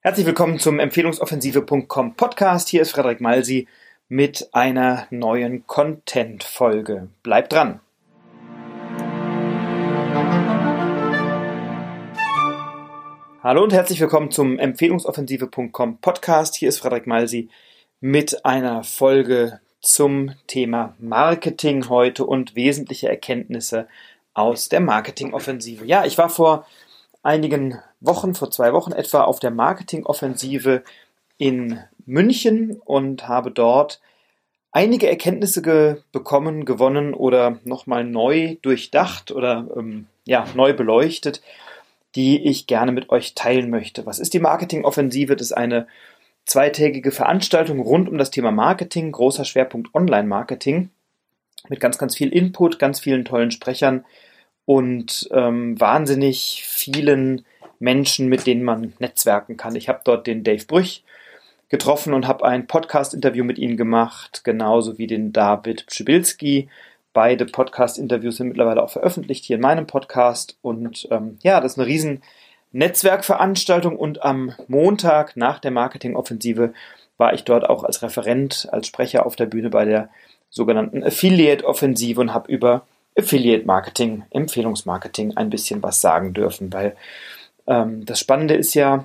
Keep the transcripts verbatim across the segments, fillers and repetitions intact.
Herzlich willkommen zum Empfehlungsoffensive Punkt com Podcast. Hier ist Frederik Malsi mit einer neuen Content-Folge. Bleibt dran! Hallo und herzlich willkommen zum Empfehlungsoffensive Punkt com Podcast. Hier ist Frederik Malsi mit einer Folge zum Thema Marketing heute und wesentliche Erkenntnisse aus der Marketingoffensive. Ja, ich war vor einigen Wochen, vor zwei Wochen etwa, auf der Marketingoffensive in München und habe dort einige Erkenntnisse ge- bekommen, gewonnen oder nochmal neu durchdacht oder ähm, ja, neu beleuchtet, die ich gerne mit euch teilen möchte. Was ist die Marketingoffensive? Das ist eine zweitägige Veranstaltung rund um das Thema Marketing, großer Schwerpunkt Online-Marketing, mit ganz, ganz viel Input, ganz vielen tollen Sprechern und ähm, wahnsinnig vielen Menschen, mit denen man netzwerken kann. Ich habe dort den Dave Brüch getroffen und habe ein Podcast-Interview mit ihm gemacht, genauso wie den David Pschibilski. Beide Podcast-Interviews sind mittlerweile auch veröffentlicht hier in meinem Podcast. Und ähm, ja, das ist eine riesen Netzwerkveranstaltung. Und am Montag nach der Marketingoffensive war ich dort auch als Referent, als Sprecher auf der Bühne bei der sogenannten Affiliate-Offensive und habe über Affiliate-Marketing, Empfehlungsmarketing ein bisschen was sagen dürfen, weil ähm, das Spannende ist ja,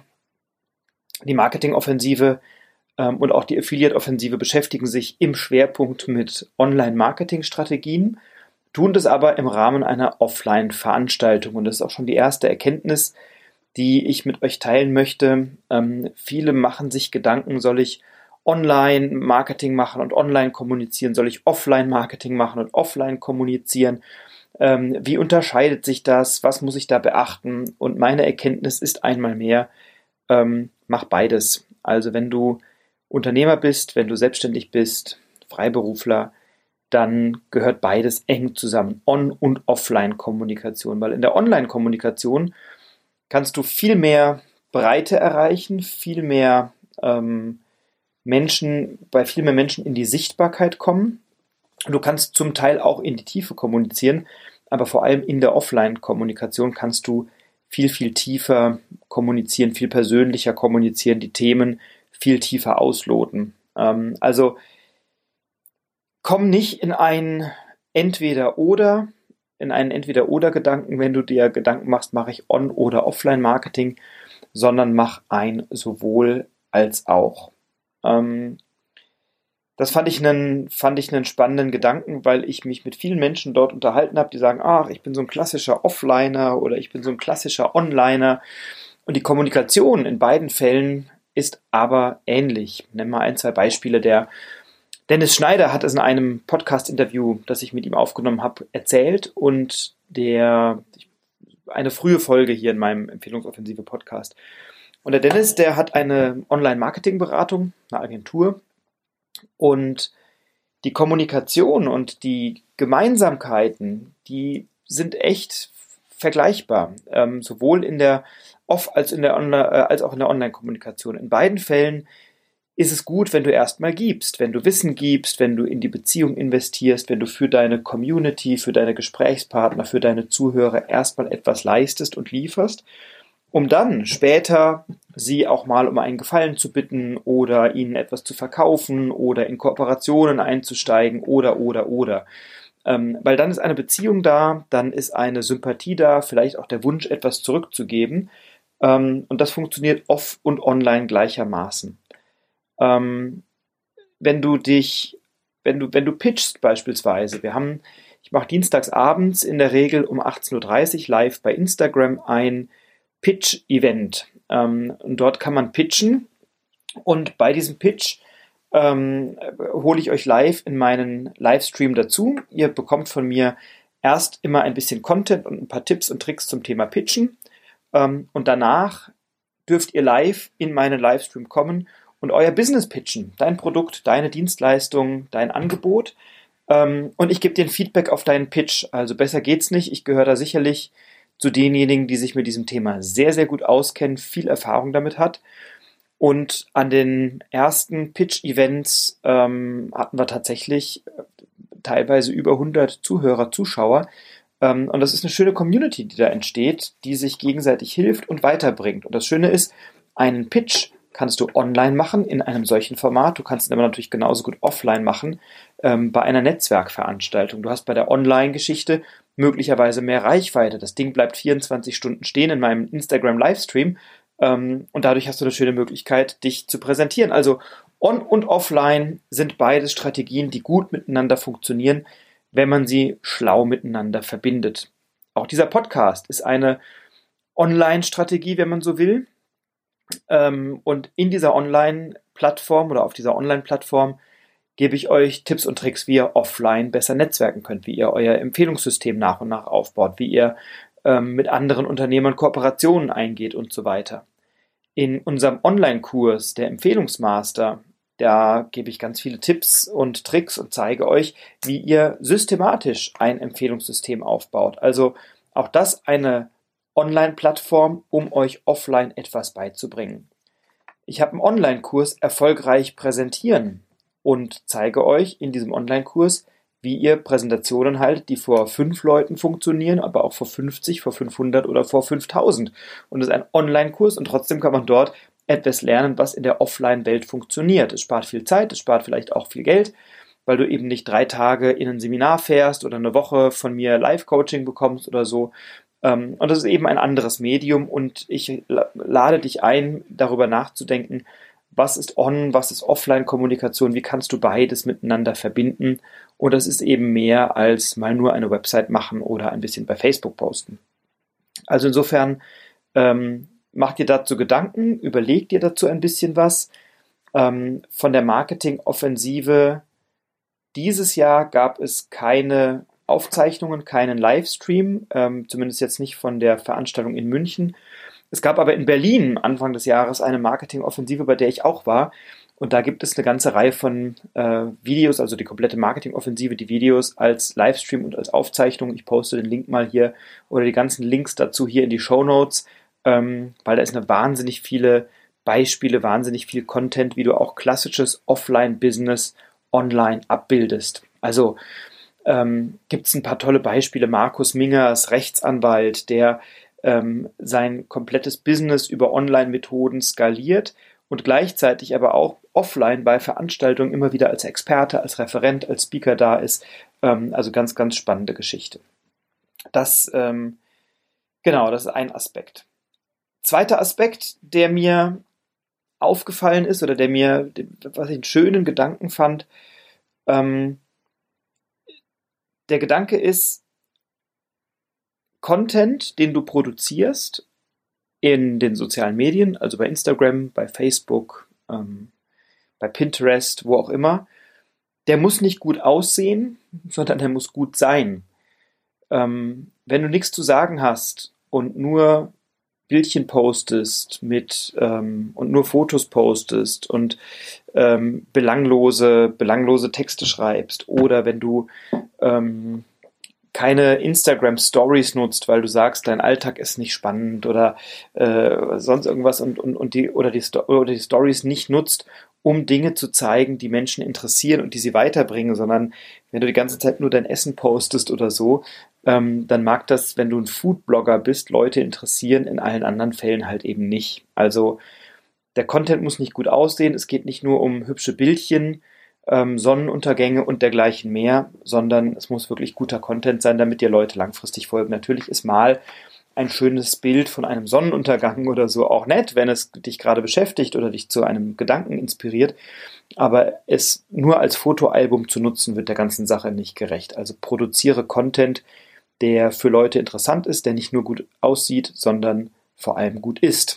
die Marketingoffensive ähm, und auch die Affiliate-Offensive beschäftigen sich im Schwerpunkt mit Online-Marketing-Strategien, tun das aber im Rahmen einer Offline-Veranstaltung und das ist auch schon die erste Erkenntnis, die ich mit euch teilen möchte. Ähm, viele machen sich Gedanken, soll ich Online-Marketing machen und online kommunizieren? Soll ich Offline-Marketing machen und offline kommunizieren? Ähm, wie unterscheidet sich das? Was muss ich da beachten? Und meine Erkenntnis ist einmal mehr, ähm, mach beides. Also wenn du Unternehmer bist, wenn du selbstständig bist, Freiberufler, dann gehört beides eng zusammen. On- und Offline-Kommunikation. Weil in der Online-Kommunikation kannst du viel mehr Breite erreichen, viel mehr ähm, Menschen, bei viel mehr Menschen in die Sichtbarkeit kommen. Du kannst zum Teil auch in die Tiefe kommunizieren, aber vor allem in der Offline-Kommunikation kannst du viel, viel tiefer kommunizieren, viel persönlicher kommunizieren, die Themen viel tiefer ausloten. Ähm, also komm nicht in ein Entweder-Oder, in einen Entweder-Oder-Gedanken, wenn du dir Gedanken machst, mache ich On- oder Offline-Marketing, sondern mach ein sowohl als auch. Ähm, das fand ich einen, fand ich einen spannenden Gedanken, weil ich mich mit vielen Menschen dort unterhalten habe, die sagen, ach, ich bin so ein klassischer Offliner oder ich bin so ein klassischer Onliner. Und die Kommunikation in beiden Fällen ist aber ähnlich. Ich nenne mal ein, zwei Beispiele. Der Dennis Schneider hat es in einem Podcast-Interview, das ich mit ihm aufgenommen habe, erzählt und der, eine frühe Folge hier in meinem Empfehlungsoffensive-Podcast. Und der Dennis, der hat eine Online-Marketing-Beratung, eine Agentur und die Kommunikation und die Gemeinsamkeiten, die sind echt vergleichbar, ähm, sowohl in der Off- als, in der Onla- äh, als auch in der Online-Kommunikation. In beiden Fällen ist es gut, wenn du erstmal gibst, wenn du Wissen gibst, wenn du in die Beziehung investierst, wenn du für deine Community, für deine Gesprächspartner, für deine Zuhörer erstmal etwas leistest und lieferst, um dann später sie auch mal um einen Gefallen zu bitten oder ihnen etwas zu verkaufen oder in Kooperationen einzusteigen oder, oder, oder. Ähm, weil dann ist eine Beziehung da, dann ist eine Sympathie da, vielleicht auch der Wunsch, etwas zurückzugeben. Ähm, und das funktioniert off- und online gleichermaßen. Ähm, wenn du dich, wenn du, wenn du pitchst beispielsweise, wir haben, ich mache dienstags abends in der Regel um achtzehn Uhr dreißig live bei Instagram ein Pitch-Event. Ähm, und dort kann man pitchen und bei diesem Pitch ähm, hole ich euch live in meinen Livestream dazu. Ihr bekommt von mir erst immer ein bisschen Content und ein paar Tipps und Tricks zum Thema Pitchen ähm, und danach dürft ihr live in meinen Livestream kommen und euer Business pitchen, dein Produkt, deine Dienstleistung, dein Angebot ähm, und ich gebe dir ein Feedback auf deinen Pitch. Also besser geht's nicht. Ich gehöre da sicherlich zu denjenigen, die sich mit diesem Thema sehr, sehr gut auskennen, viel Erfahrung damit hat. Und an den ersten Pitch-Events ähm, hatten wir tatsächlich äh, teilweise über hundert Zuhörer, Zuschauer. Ähm, und das ist eine schöne Community, die da entsteht, die sich gegenseitig hilft und weiterbringt. Und das Schöne ist, Einen Pitch kannst du online machen in einem solchen Format. Du kannst ihn aber natürlich genauso gut offline machen ähm, bei einer Netzwerkveranstaltung. Du hast bei der Online-Geschichte möglicherweise mehr Reichweite. Das Ding bleibt vierundzwanzig Stunden stehen in meinem Instagram-Livestream ähm, und dadurch hast du eine schöne Möglichkeit, dich zu präsentieren. Also on- und offline sind beides Strategien, die gut miteinander funktionieren, wenn man sie schlau miteinander verbindet. Auch dieser Podcast ist eine Online-Strategie, wenn man so will. Ähm, und in dieser Online-Plattform oder auf dieser Online-Plattform gebe ich euch Tipps und Tricks, wie ihr offline besser netzwerken könnt, wie ihr euer Empfehlungssystem nach und nach aufbaut, wie ihr ähm, mit anderen Unternehmern Kooperationen eingeht und so weiter. In unserem Online-Kurs, der Empfehlungsmaster, da gebe ich ganz viele Tipps und Tricks und zeige euch, wie ihr systematisch ein Empfehlungssystem aufbaut. Also auch das eine Online-Plattform, um euch offline etwas beizubringen. Ich habe einen Online-Kurs Erfolgreich präsentieren und zeige euch in diesem Online-Kurs, wie ihr Präsentationen haltet, die vor fünf Leuten funktionieren, aber auch vor fünfzig, vor fünfhundert oder vor fünftausend. Und das ist ein Online-Kurs und trotzdem kann man dort etwas lernen, was in der Offline-Welt funktioniert. Es spart viel Zeit, es spart vielleicht auch viel Geld, weil du eben nicht drei Tage in ein Seminar fährst oder eine Woche von mir Live-Coaching bekommst oder so. Und das ist eben ein anderes Medium und ich lade dich ein, darüber nachzudenken, was ist On-, was ist Offline-Kommunikation, wie kannst du beides miteinander verbinden und das ist eben mehr als mal nur eine Website machen oder ein bisschen bei Facebook posten. Also insofern ähm, mach dir dazu Gedanken, überleg dir dazu ein bisschen was. Ähm, von der Marketing-Offensive dieses Jahr gab es keine Aufzeichnungen, keinen Livestream, ähm, zumindest jetzt nicht von der Veranstaltung in München. Es gab aber in Berlin Anfang des Jahres eine Marketingoffensive, bei der ich auch war. Und da gibt es eine ganze Reihe von äh, Videos, also die komplette Marketingoffensive, die Videos als Livestream und als Aufzeichnung. Ich poste den Link mal hier oder die ganzen Links dazu hier in die Shownotes, ähm, weil da ist eine wahnsinnig viele Beispiele, wahnsinnig viel Content, wie du auch klassisches Offline-Business online abbildest. Also ähm, gibt es ein paar tolle Beispiele. Markus Mingers, Rechtsanwalt, der ähm, sein komplettes Business über Online-Methoden skaliert und gleichzeitig aber auch offline bei Veranstaltungen immer wieder als Experte, als Referent, als Speaker da ist. Ähm, also ganz, ganz spannende Geschichte. Das, ähm, genau, das ist ein Aspekt. Zweiter Aspekt, der mir aufgefallen ist oder der mir, was ich einen schönen Gedanken fand, ähm, der Gedanke ist, Content, den du produzierst in den sozialen Medien, also bei Instagram, bei Facebook, ähm, bei Pinterest, wo auch immer, der muss nicht gut aussehen, sondern der muss gut sein. Ähm, wenn du nichts zu sagen hast und nur Bildchen postest mit ähm, und nur Fotos postest und ähm, belanglose, belanglose Texte schreibst oder wenn du ähm, keine Instagram-Stories nutzt, weil du sagst, dein Alltag ist nicht spannend oder äh, sonst irgendwas und, und, und die oder die, Sto- oder die Stories nicht nutzt, um Dinge zu zeigen, die Menschen interessieren und die sie weiterbringen, sondern wenn du die ganze Zeit nur dein Essen postest oder so, ähm, dann mag das, wenn du ein Foodblogger bist, Leute interessieren, in allen anderen Fällen halt eben nicht. Also der Content muss nicht gut aussehen, es geht nicht nur um hübsche Bildchen, ähm, Sonnenuntergänge und dergleichen mehr, sondern es muss wirklich guter Content sein, damit dir Leute langfristig folgen. Natürlich ist mal ein schönes Bild von einem Sonnenuntergang oder so auch nett, wenn es dich gerade beschäftigt oder dich zu einem Gedanken inspiriert, aber es nur als Fotoalbum zu nutzen, wird der ganzen Sache nicht gerecht. Also produziere Content, der für Leute interessant ist, der nicht nur gut aussieht, sondern vor allem gut ist.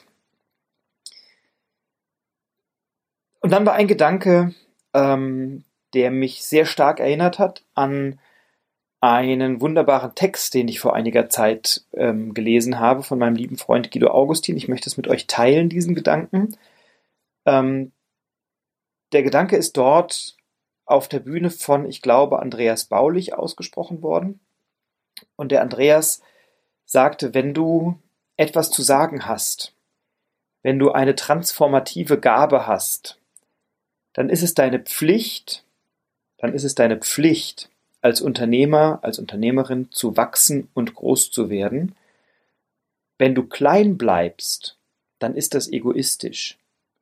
Und dann war ein Gedanke, ähm, der mich sehr stark erinnert hat an einen wunderbaren Text, den ich vor einiger Zeit ähm, gelesen habe von meinem lieben Freund Guido Augustin. Ich möchte es mit euch teilen, diesen Gedanken. Ähm, der Gedanke ist dort auf der Bühne von, ich glaube, Andreas Baulich ausgesprochen worden. Und der Andreas sagte, wenn du etwas zu sagen hast, wenn du eine transformative Gabe hast, dann ist es deine Pflicht, dann ist es deine Pflicht, als Unternehmer, als Unternehmerin zu wachsen und groß zu werden. Wenn du klein bleibst dann ist das egoistisch.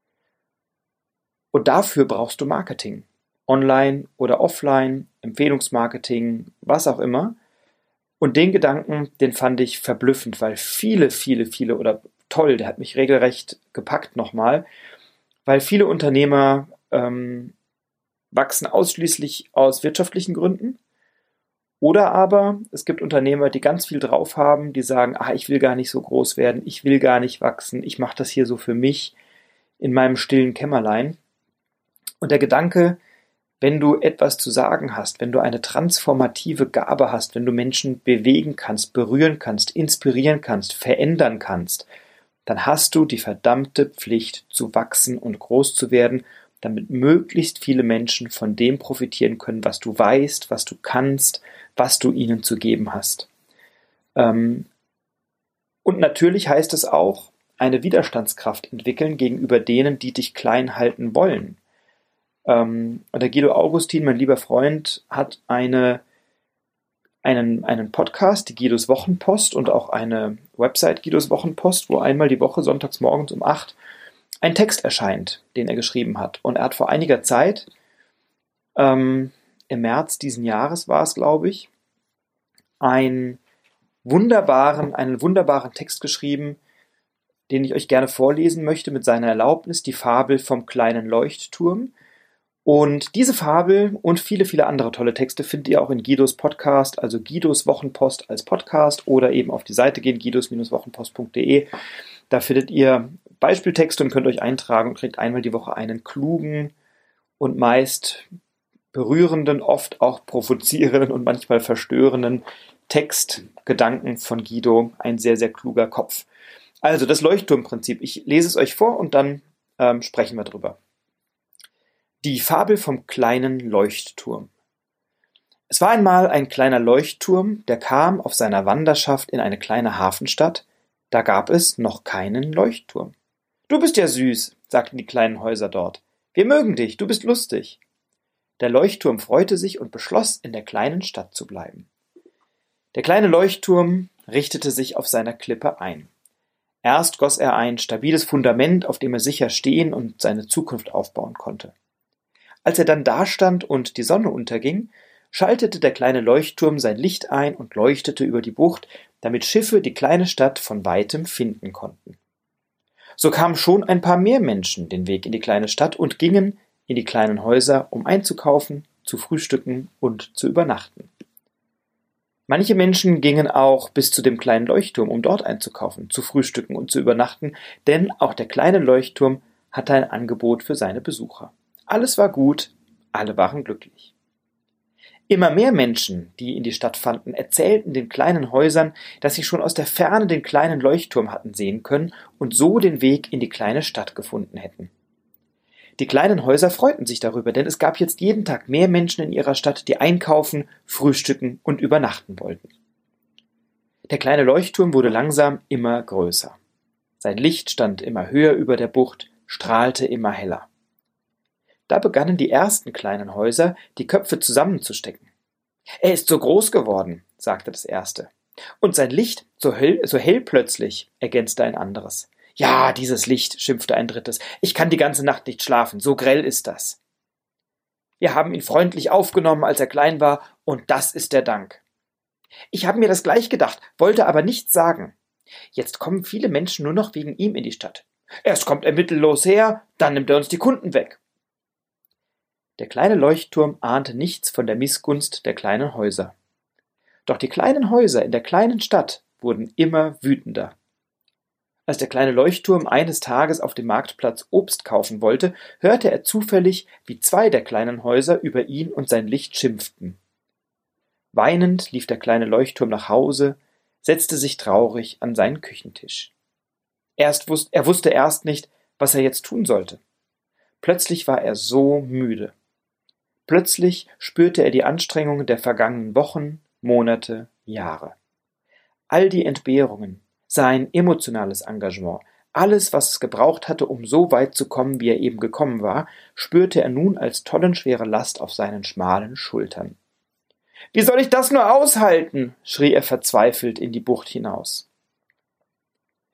Und dafür brauchst du Marketing. Online oder offline, Empfehlungsmarketing, was auch immer. Und den Gedanken, den fand ich verblüffend, weil viele, viele, viele, oder toll, der hat mich regelrecht gepackt nochmal, weil viele Unternehmer ähm, wachsen ausschließlich aus wirtschaftlichen Gründen. Oder aber es gibt Unternehmer, die ganz viel drauf haben, die sagen, ah, ich will gar nicht so groß werden, ich will gar nicht wachsen, ich mache das hier so für mich in meinem stillen Kämmerlein. Und der Gedanke, wenn du etwas zu sagen hast, wenn du eine transformative Gabe hast, wenn du Menschen bewegen kannst, berühren kannst, inspirieren kannst, verändern kannst, dann hast du die verdammte Pflicht zu wachsen und groß zu werden, damit möglichst viele Menschen von dem profitieren können, was du weißt, was du kannst, was du ihnen zu geben hast. Und natürlich heißt es auch, eine Widerstandskraft entwickeln gegenüber denen, die dich klein halten wollen. Und der Guido Augustin, mein lieber Freund, hat eine, einen, einen Podcast, die Guidos Wochenpost, und auch eine Website Guidos Wochenpost, wo einmal die Woche sonntags morgens um acht ein Text erscheint, den er geschrieben hat. Und er hat vor einiger Zeit, ähm, im März diesen Jahres war es, glaube ich, einen wunderbaren, einen wunderbaren Text geschrieben, den ich euch gerne vorlesen möchte mit seiner Erlaubnis, die Fabel vom kleinen Leuchtturm. Und diese Fabel und viele, viele andere tolle Texte findet ihr auch in Guidos Podcast, also Guidos Wochenpost als Podcast, oder eben auf die Seite gehen, guidos wochenpost punkt de. Da findet ihr Beispieltexte und könnt euch eintragen und kriegt einmal die Woche einen klugen und meist berührenden, oft auch provozierenden und manchmal verstörenden Text, Gedanken von Guido, ein sehr, sehr kluger Kopf. Also das Leuchtturmprinzip. Ich lese es euch vor und dann ähm, sprechen wir drüber. Die Fabel vom kleinen Leuchtturm. Es war einmal ein kleiner Leuchtturm, der kam auf seiner Wanderschaft in eine kleine Hafenstadt. Da gab es noch keinen Leuchtturm. »Du bist ja süß«, sagten die kleinen Häuser dort. »Wir mögen dich, du bist lustig.« Der Leuchtturm freute sich und beschloss, in der kleinen Stadt zu bleiben. Der kleine Leuchtturm richtete sich auf seiner Klippe ein. Erst goss er ein stabiles Fundament, auf dem er sicher stehen und seine Zukunft aufbauen konnte. Als er dann dastand und die Sonne unterging, schaltete der kleine Leuchtturm sein Licht ein und leuchtete über die Bucht, damit Schiffe die kleine Stadt von weitem finden konnten. So kamen schon ein paar mehr Menschen den Weg in die kleine Stadt und gingen in die kleinen Häuser, um einzukaufen, zu frühstücken und zu übernachten. Manche Menschen gingen auch bis zu dem kleinen Leuchtturm, um dort einzukaufen, zu frühstücken und zu übernachten, denn auch der kleine Leuchtturm hatte ein Angebot für seine Besucher. Alles war gut, alle waren glücklich. Immer mehr Menschen, die in die Stadt fanden, erzählten den kleinen Häusern, dass sie schon aus der Ferne den kleinen Leuchtturm hatten sehen können und so den Weg in die kleine Stadt gefunden hätten. Die kleinen Häuser freuten sich darüber, denn es gab jetzt jeden Tag mehr Menschen in ihrer Stadt, die einkaufen, frühstücken und übernachten wollten. Der kleine Leuchtturm wurde langsam immer größer. Sein Licht stand immer höher über der Bucht, strahlte immer heller. Da begannen die ersten kleinen Häuser, die Köpfe zusammenzustecken. »Er ist so groß geworden«, sagte das erste. »Und sein Licht so hell, so hell plötzlich«, ergänzte ein anderes. »Ja, dieses Licht«, schimpfte ein drittes. »Ich kann die ganze Nacht nicht schlafen, so grell ist das.« »Wir haben ihn freundlich aufgenommen, als er klein war, und das ist der Dank.« »Ich habe mir das gleich gedacht, wollte aber nichts sagen. Jetzt kommen viele Menschen nur noch wegen ihm in die Stadt. Erst kommt er mittellos her, dann nimmt er uns die Kunden weg.« Der kleine Leuchtturm ahnte nichts von der Missgunst der kleinen Häuser. Doch die kleinen Häuser in der kleinen Stadt wurden immer wütender. Als der kleine Leuchtturm eines Tages auf dem Marktplatz Obst kaufen wollte, hörte er zufällig, wie zwei der kleinen Häuser über ihn und sein Licht schimpften. Weinend lief der kleine Leuchtturm nach Hause, setzte sich traurig an seinen Küchentisch. Erst wus- er wusste erst nicht, was er jetzt tun sollte. Plötzlich war er so müde. Plötzlich spürte er die Anstrengungen der vergangenen Wochen, Monate, Jahre. All die Entbehrungen, sein emotionales Engagement, alles, was es gebraucht hatte, um so weit zu kommen, wie er eben gekommen war, spürte er nun als tonnenschwere Last auf seinen schmalen Schultern. »Wie soll ich das nur aushalten?« schrie er verzweifelt in die Bucht hinaus.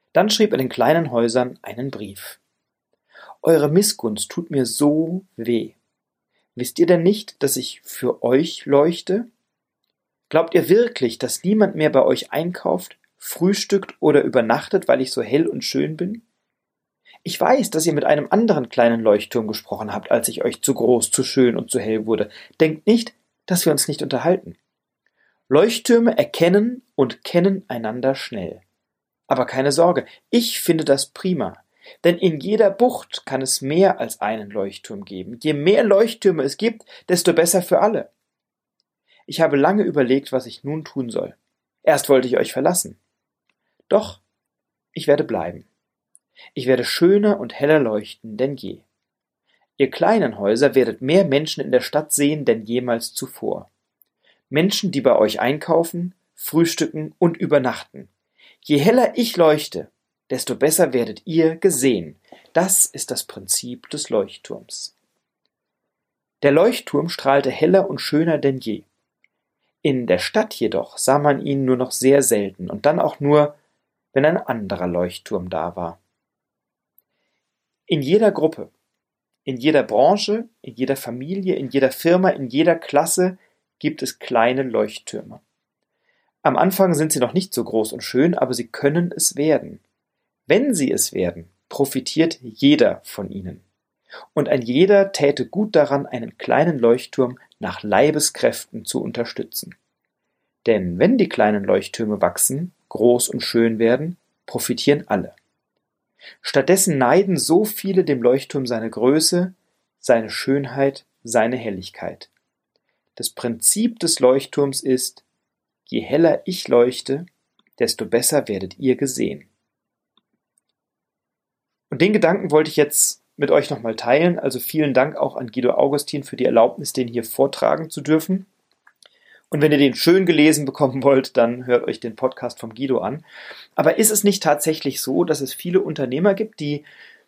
Dann schrieb er den kleinen Häusern einen Brief. Eure Missgunst tut mir so weh. Wisst ihr denn nicht, dass ich für euch leuchte? Glaubt ihr wirklich, dass niemand mehr bei euch einkauft, frühstückt oder übernachtet, weil ich so hell und schön bin? Ich weiß, dass ihr mit einem anderen kleinen Leuchtturm gesprochen habt, als ich euch zu groß, zu schön und zu hell wurde. Denkt nicht, dass wir uns nicht unterhalten. Leuchttürme erkennen und kennen einander schnell. Aber keine Sorge, ich finde das prima. Denn in jeder Bucht kann es mehr als einen Leuchtturm geben. Je mehr Leuchttürme es gibt, desto besser für alle. Ich habe lange überlegt, was ich nun tun soll. Erst wollte ich euch verlassen. Doch, ich werde bleiben. Ich werde schöner und heller leuchten denn je. Ihr kleinen Häuser werdet mehr Menschen in der Stadt sehen denn jemals zuvor. Menschen, die bei euch einkaufen, frühstücken und übernachten. Je heller ich leuchte, desto besser werdet ihr gesehen. Das ist das Prinzip des Leuchtturms. Der Leuchtturm strahlte heller und schöner denn je. In der Stadt jedoch sah man ihn nur noch sehr selten und dann auch nur, wenn ein anderer Leuchtturm da war. In jeder Gruppe, in jeder Branche, in jeder Familie, in jeder Firma, in jeder Klasse gibt es kleine Leuchttürme. Am Anfang sind sie noch nicht so groß und schön, aber sie können es werden. Wenn sie es werden, profitiert jeder von ihnen. Und ein jeder täte gut daran, einen kleinen Leuchtturm nach Leibeskräften zu unterstützen. Denn wenn die kleinen Leuchttürme wachsen, groß und schön werden, profitieren alle. Stattdessen neiden so viele dem Leuchtturm seine Größe, seine Schönheit, seine Helligkeit. Das Prinzip des Leuchtturms ist: Je heller ich leuchte, desto besser werdet ihr gesehen. Und den Gedanken wollte ich jetzt mit euch nochmal teilen. Also vielen Dank auch an Guido Augustin für die Erlaubnis, den hier vortragen zu dürfen. Und wenn ihr den schön gelesen bekommen wollt, dann hört euch den Podcast vom Guido an. Aber ist es nicht tatsächlich so, dass es viele Unternehmer gibt, die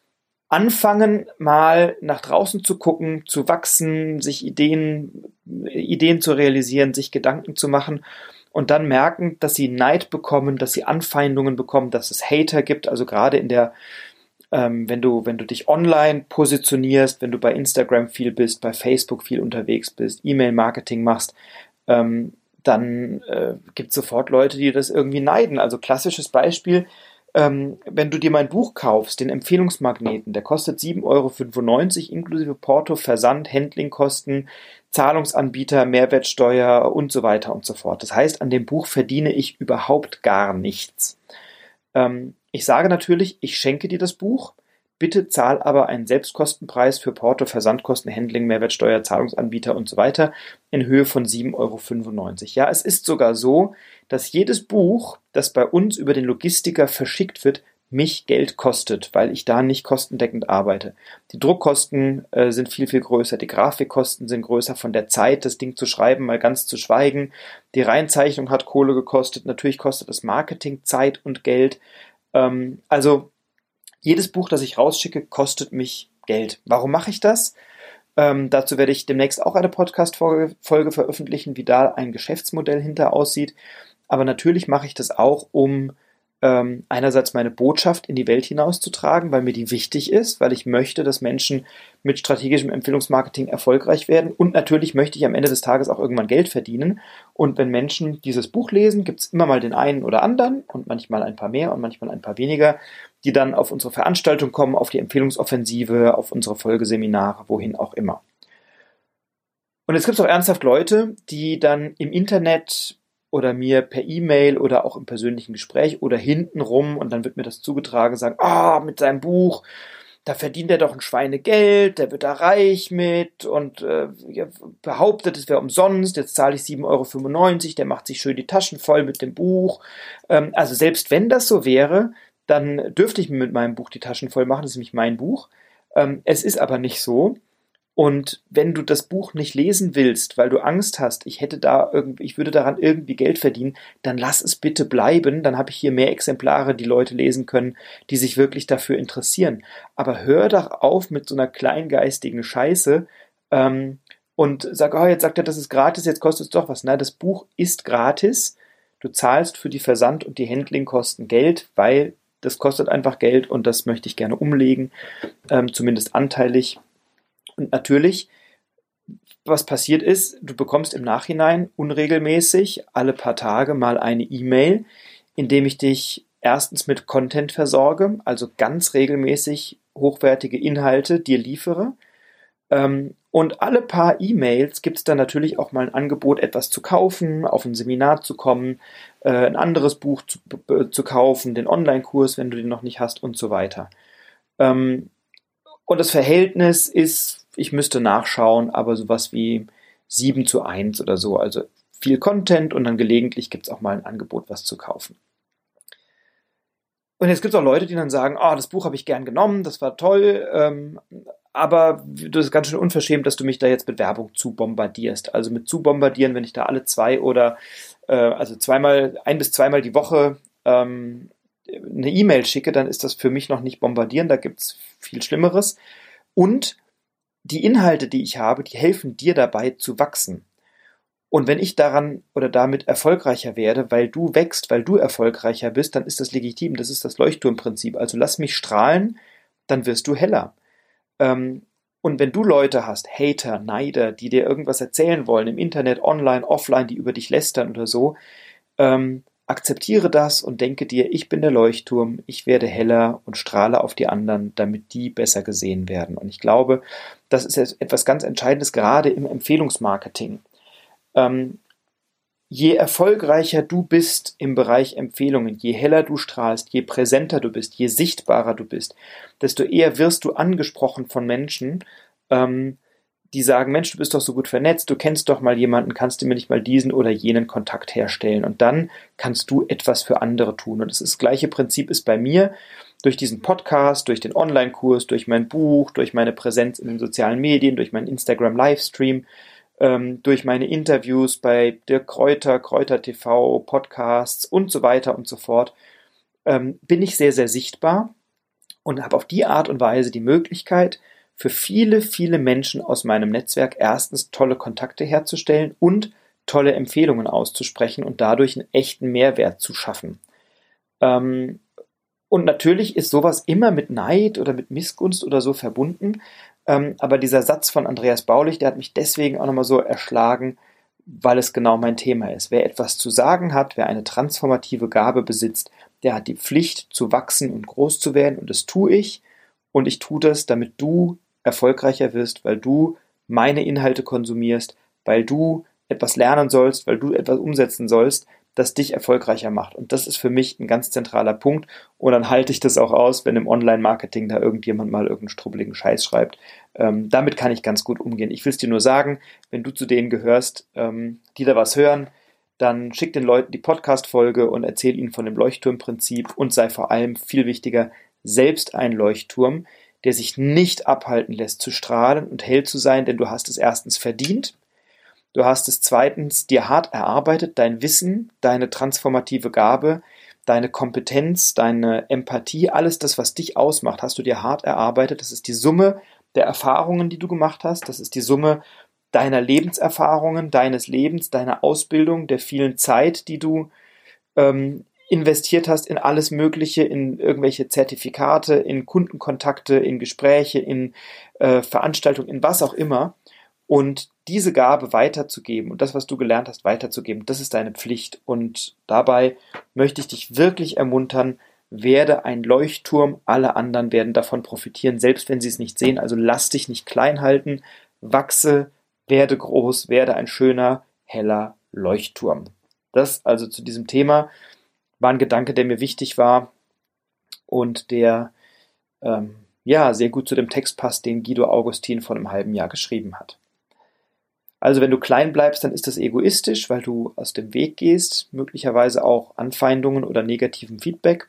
anfangen, mal nach draußen zu gucken, zu wachsen, sich Ideen, Ideen zu realisieren, sich Gedanken zu machen und dann merken, dass sie Neid bekommen, dass sie Anfeindungen bekommen, dass es Hater gibt, also gerade in der Ähm, wenn du, wenn du dich online positionierst, wenn du bei Instagram viel bist, bei Facebook viel unterwegs bist, E-Mail-Marketing machst, ähm, dann äh, gibt es sofort Leute, die das irgendwie neiden. Also klassisches Beispiel, ähm, wenn du dir mein Buch kaufst, den Empfehlungsmagneten, der kostet sieben Euro fünfundneunzig inklusive Porto, Versand, Handlingkosten, Zahlungsanbieter, Mehrwertsteuer und so weiter und so fort. Das heißt, an dem Buch verdiene ich überhaupt gar nichts. Ähm, Ich sage natürlich, ich schenke dir das Buch, bitte zahl aber einen Selbstkostenpreis für Porto, Versandkosten, Handling, Mehrwertsteuer, Zahlungsanbieter und so weiter in Höhe von sieben Euro fünfundneunzig. Ja, es ist sogar so, dass jedes Buch, das bei uns über den Logistiker verschickt wird, mich Geld kostet, weil ich da nicht kostendeckend arbeite. Die Druckkosten äh, sind viel, viel größer, die Grafikkosten sind größer, von der Zeit, das Ding zu schreiben, mal ganz zu schweigen. Die Reinzeichnung hat Kohle gekostet, natürlich kostet das Marketing Zeit und Geld. Ähm, also jedes Buch, das ich rausschicke, kostet mich Geld. Warum mache ich das? Ähm, dazu werde ich demnächst auch eine Podcast-Folge Folge veröffentlichen, wie da ein Geschäftsmodell hinter aussieht. Aber natürlich mache ich das auch, um ähm, einerseits meine Botschaft in die Welt hinauszutragen, weil mir die wichtig ist, weil ich möchte, dass Menschen mit strategischem Empfehlungsmarketing erfolgreich werden. Und natürlich möchte ich am Ende des Tages auch irgendwann Geld verdienen. Und wenn Menschen dieses Buch lesen, gibt es immer mal den einen oder anderen und manchmal ein paar mehr und manchmal ein paar weniger, die dann auf unsere Veranstaltung kommen, auf die Empfehlungsoffensive, auf unsere Folgeseminare, wohin auch immer. Und jetzt gibt es auch ernsthaft Leute, die dann im Internet oder mir per E-Mail oder auch im persönlichen Gespräch oder hintenrum, und dann wird mir das zugetragen, sagen, ah, oh, mit seinem Buch, da verdient er doch ein Schweinegeld, der wird da reich mit und äh, behauptet, es wäre umsonst, jetzt zahle ich sieben Euro fünfundneunzig, der macht sich schön die Taschen voll mit dem Buch. Ähm, also selbst wenn das so wäre, dann dürfte ich mir mit meinem Buch die Taschen voll machen, das ist nämlich mein Buch. Ähm, es ist aber nicht so. Und wenn du das Buch nicht lesen willst, weil du Angst hast, ich hätte da irgendwie, ich würde daran irgendwie Geld verdienen, dann lass es bitte bleiben. Dann habe ich hier mehr Exemplare, die Leute lesen können, die sich wirklich dafür interessieren. Aber hör doch auf mit so einer kleingeistigen Scheiße ähm, und sag, oh, jetzt sagt er, das ist gratis, jetzt kostet es doch was. Nein, das Buch ist gratis. Du zahlst für die Versand- und die Handlingkosten Geld, weil das kostet einfach Geld und das möchte ich gerne umlegen, ähm, zumindest anteilig. Und natürlich, was passiert ist, du bekommst im Nachhinein unregelmäßig alle paar Tage mal eine E-Mail, in dem ich dich erstens mit Content versorge, also ganz regelmäßig hochwertige Inhalte dir liefere. Ähm, und alle paar E-Mails gibt es dann natürlich auch mal ein Angebot, etwas zu kaufen, auf ein Seminar zu kommen, äh, ein anderes Buch zu, äh, zu kaufen, den Online-Kurs, wenn du den noch nicht hast und so weiter. Ähm, und das Verhältnis ist, ich müsste nachschauen, aber sowas wie sieben zu eins oder so. Also viel Content und dann gelegentlich gibt es auch mal ein Angebot, was zu kaufen. Und jetzt gibt es auch Leute, die dann sagen, oh, das Buch habe ich gern genommen, das war toll, ähm, aber das ist ganz schön unverschämt, dass du mich da jetzt mit Werbung zu bombardierst. Also mit zu bombardieren, wenn ich da alle zwei oder äh, also zweimal, ein bis zweimal die Woche ähm, eine E-Mail schicke, dann ist das für mich noch nicht bombardieren, da gibt es viel Schlimmeres. Und die Inhalte, die ich habe, die helfen dir dabei zu wachsen. Und wenn ich daran oder damit erfolgreicher werde, weil du wächst, weil du erfolgreicher bist, dann ist das legitim. Das ist das Leuchtturmprinzip. Also lass mich strahlen, dann wirst du heller. Ähm, und wenn du Leute hast, Hater, Neider, die dir irgendwas erzählen wollen, im Internet, online, offline, die über dich lästern oder so, ähm, akzeptiere das und denke dir, ich bin der Leuchtturm, ich werde heller und strahle auf die anderen, damit die besser gesehen werden. Und ich glaube, das ist jetzt etwas ganz Entscheidendes, gerade im Empfehlungsmarketing. Ähm, je erfolgreicher du bist im Bereich Empfehlungen, je heller du strahlst, je präsenter du bist, je sichtbarer du bist, desto eher wirst du angesprochen von Menschen, ähm, die sagen, Mensch, du bist doch so gut vernetzt, du kennst doch mal jemanden, kannst du mir nicht mal diesen oder jenen Kontakt herstellen? Und dann kannst du etwas für andere tun. Und das, ist das gleiche Prinzip ist bei mir, durch diesen Podcast, durch den Online-Kurs, durch mein Buch, durch meine Präsenz in den sozialen Medien, durch meinen Instagram-Livestream, ähm, durch meine Interviews bei Dirk Kräuter, Kräuter T V, Podcasts und so weiter und so fort, ähm, bin ich sehr, sehr sichtbar und habe auf die Art und Weise die Möglichkeit, für viele, viele Menschen aus meinem Netzwerk erstens tolle Kontakte herzustellen und tolle Empfehlungen auszusprechen und dadurch einen echten Mehrwert zu schaffen. Ähm, und natürlich ist sowas immer mit Neid oder mit Missgunst oder so verbunden, ähm, aber dieser Satz von Andreas Baulich, der hat mich deswegen auch nochmal so erschlagen, weil es genau mein Thema ist. Wer etwas zu sagen hat, wer eine transformative Gabe besitzt, der hat die Pflicht zu wachsen und groß zu werden und das tue ich und ich tue das, damit du erfolgreicher wirst, weil du meine Inhalte konsumierst, weil du etwas lernen sollst, weil du etwas umsetzen sollst, das dich erfolgreicher macht. Und das ist für mich ein ganz zentraler Punkt. Und dann halte ich das auch aus, wenn im Online-Marketing da irgendjemand mal irgendeinen strubbeligen Scheiß schreibt. Ähm, damit kann ich ganz gut umgehen. Ich will es dir nur sagen, wenn du zu denen gehörst, ähm, die da was hören, dann schick den Leuten die Podcast-Folge und erzähl ihnen von dem Leuchtturmprinzip und sei vor allem, viel wichtiger, selbst ein Leuchtturm, der sich nicht abhalten lässt zu strahlen und hell zu sein, denn du hast es erstens verdient, du hast es zweitens dir hart erarbeitet, dein Wissen, deine transformative Gabe, deine Kompetenz, deine Empathie, alles das, was dich ausmacht, hast du dir hart erarbeitet. Das ist die Summe der Erfahrungen, die du gemacht hast, das ist die Summe deiner Lebenserfahrungen, deines Lebens, deiner Ausbildung, der vielen Zeit, die du ähm, investiert hast in alles Mögliche, in irgendwelche Zertifikate, in Kundenkontakte, in Gespräche, in äh, Veranstaltungen, in was auch immer. Und diese Gabe weiterzugeben und das, was du gelernt hast, weiterzugeben, das ist deine Pflicht. Und dabei möchte ich dich wirklich ermuntern, werde ein Leuchtturm, alle anderen werden davon profitieren, selbst wenn sie es nicht sehen. Also lass dich nicht klein halten, wachse, werde groß, werde ein schöner, heller Leuchtturm. Das also zu diesem Thema war ein Gedanke, der mir wichtig war und der ähm, ja sehr gut zu dem Text passt, den Guido Augustin vor einem halben Jahr geschrieben hat. Also wenn du klein bleibst, dann ist das egoistisch, weil du aus dem Weg gehst, möglicherweise auch Anfeindungen oder negativen Feedback.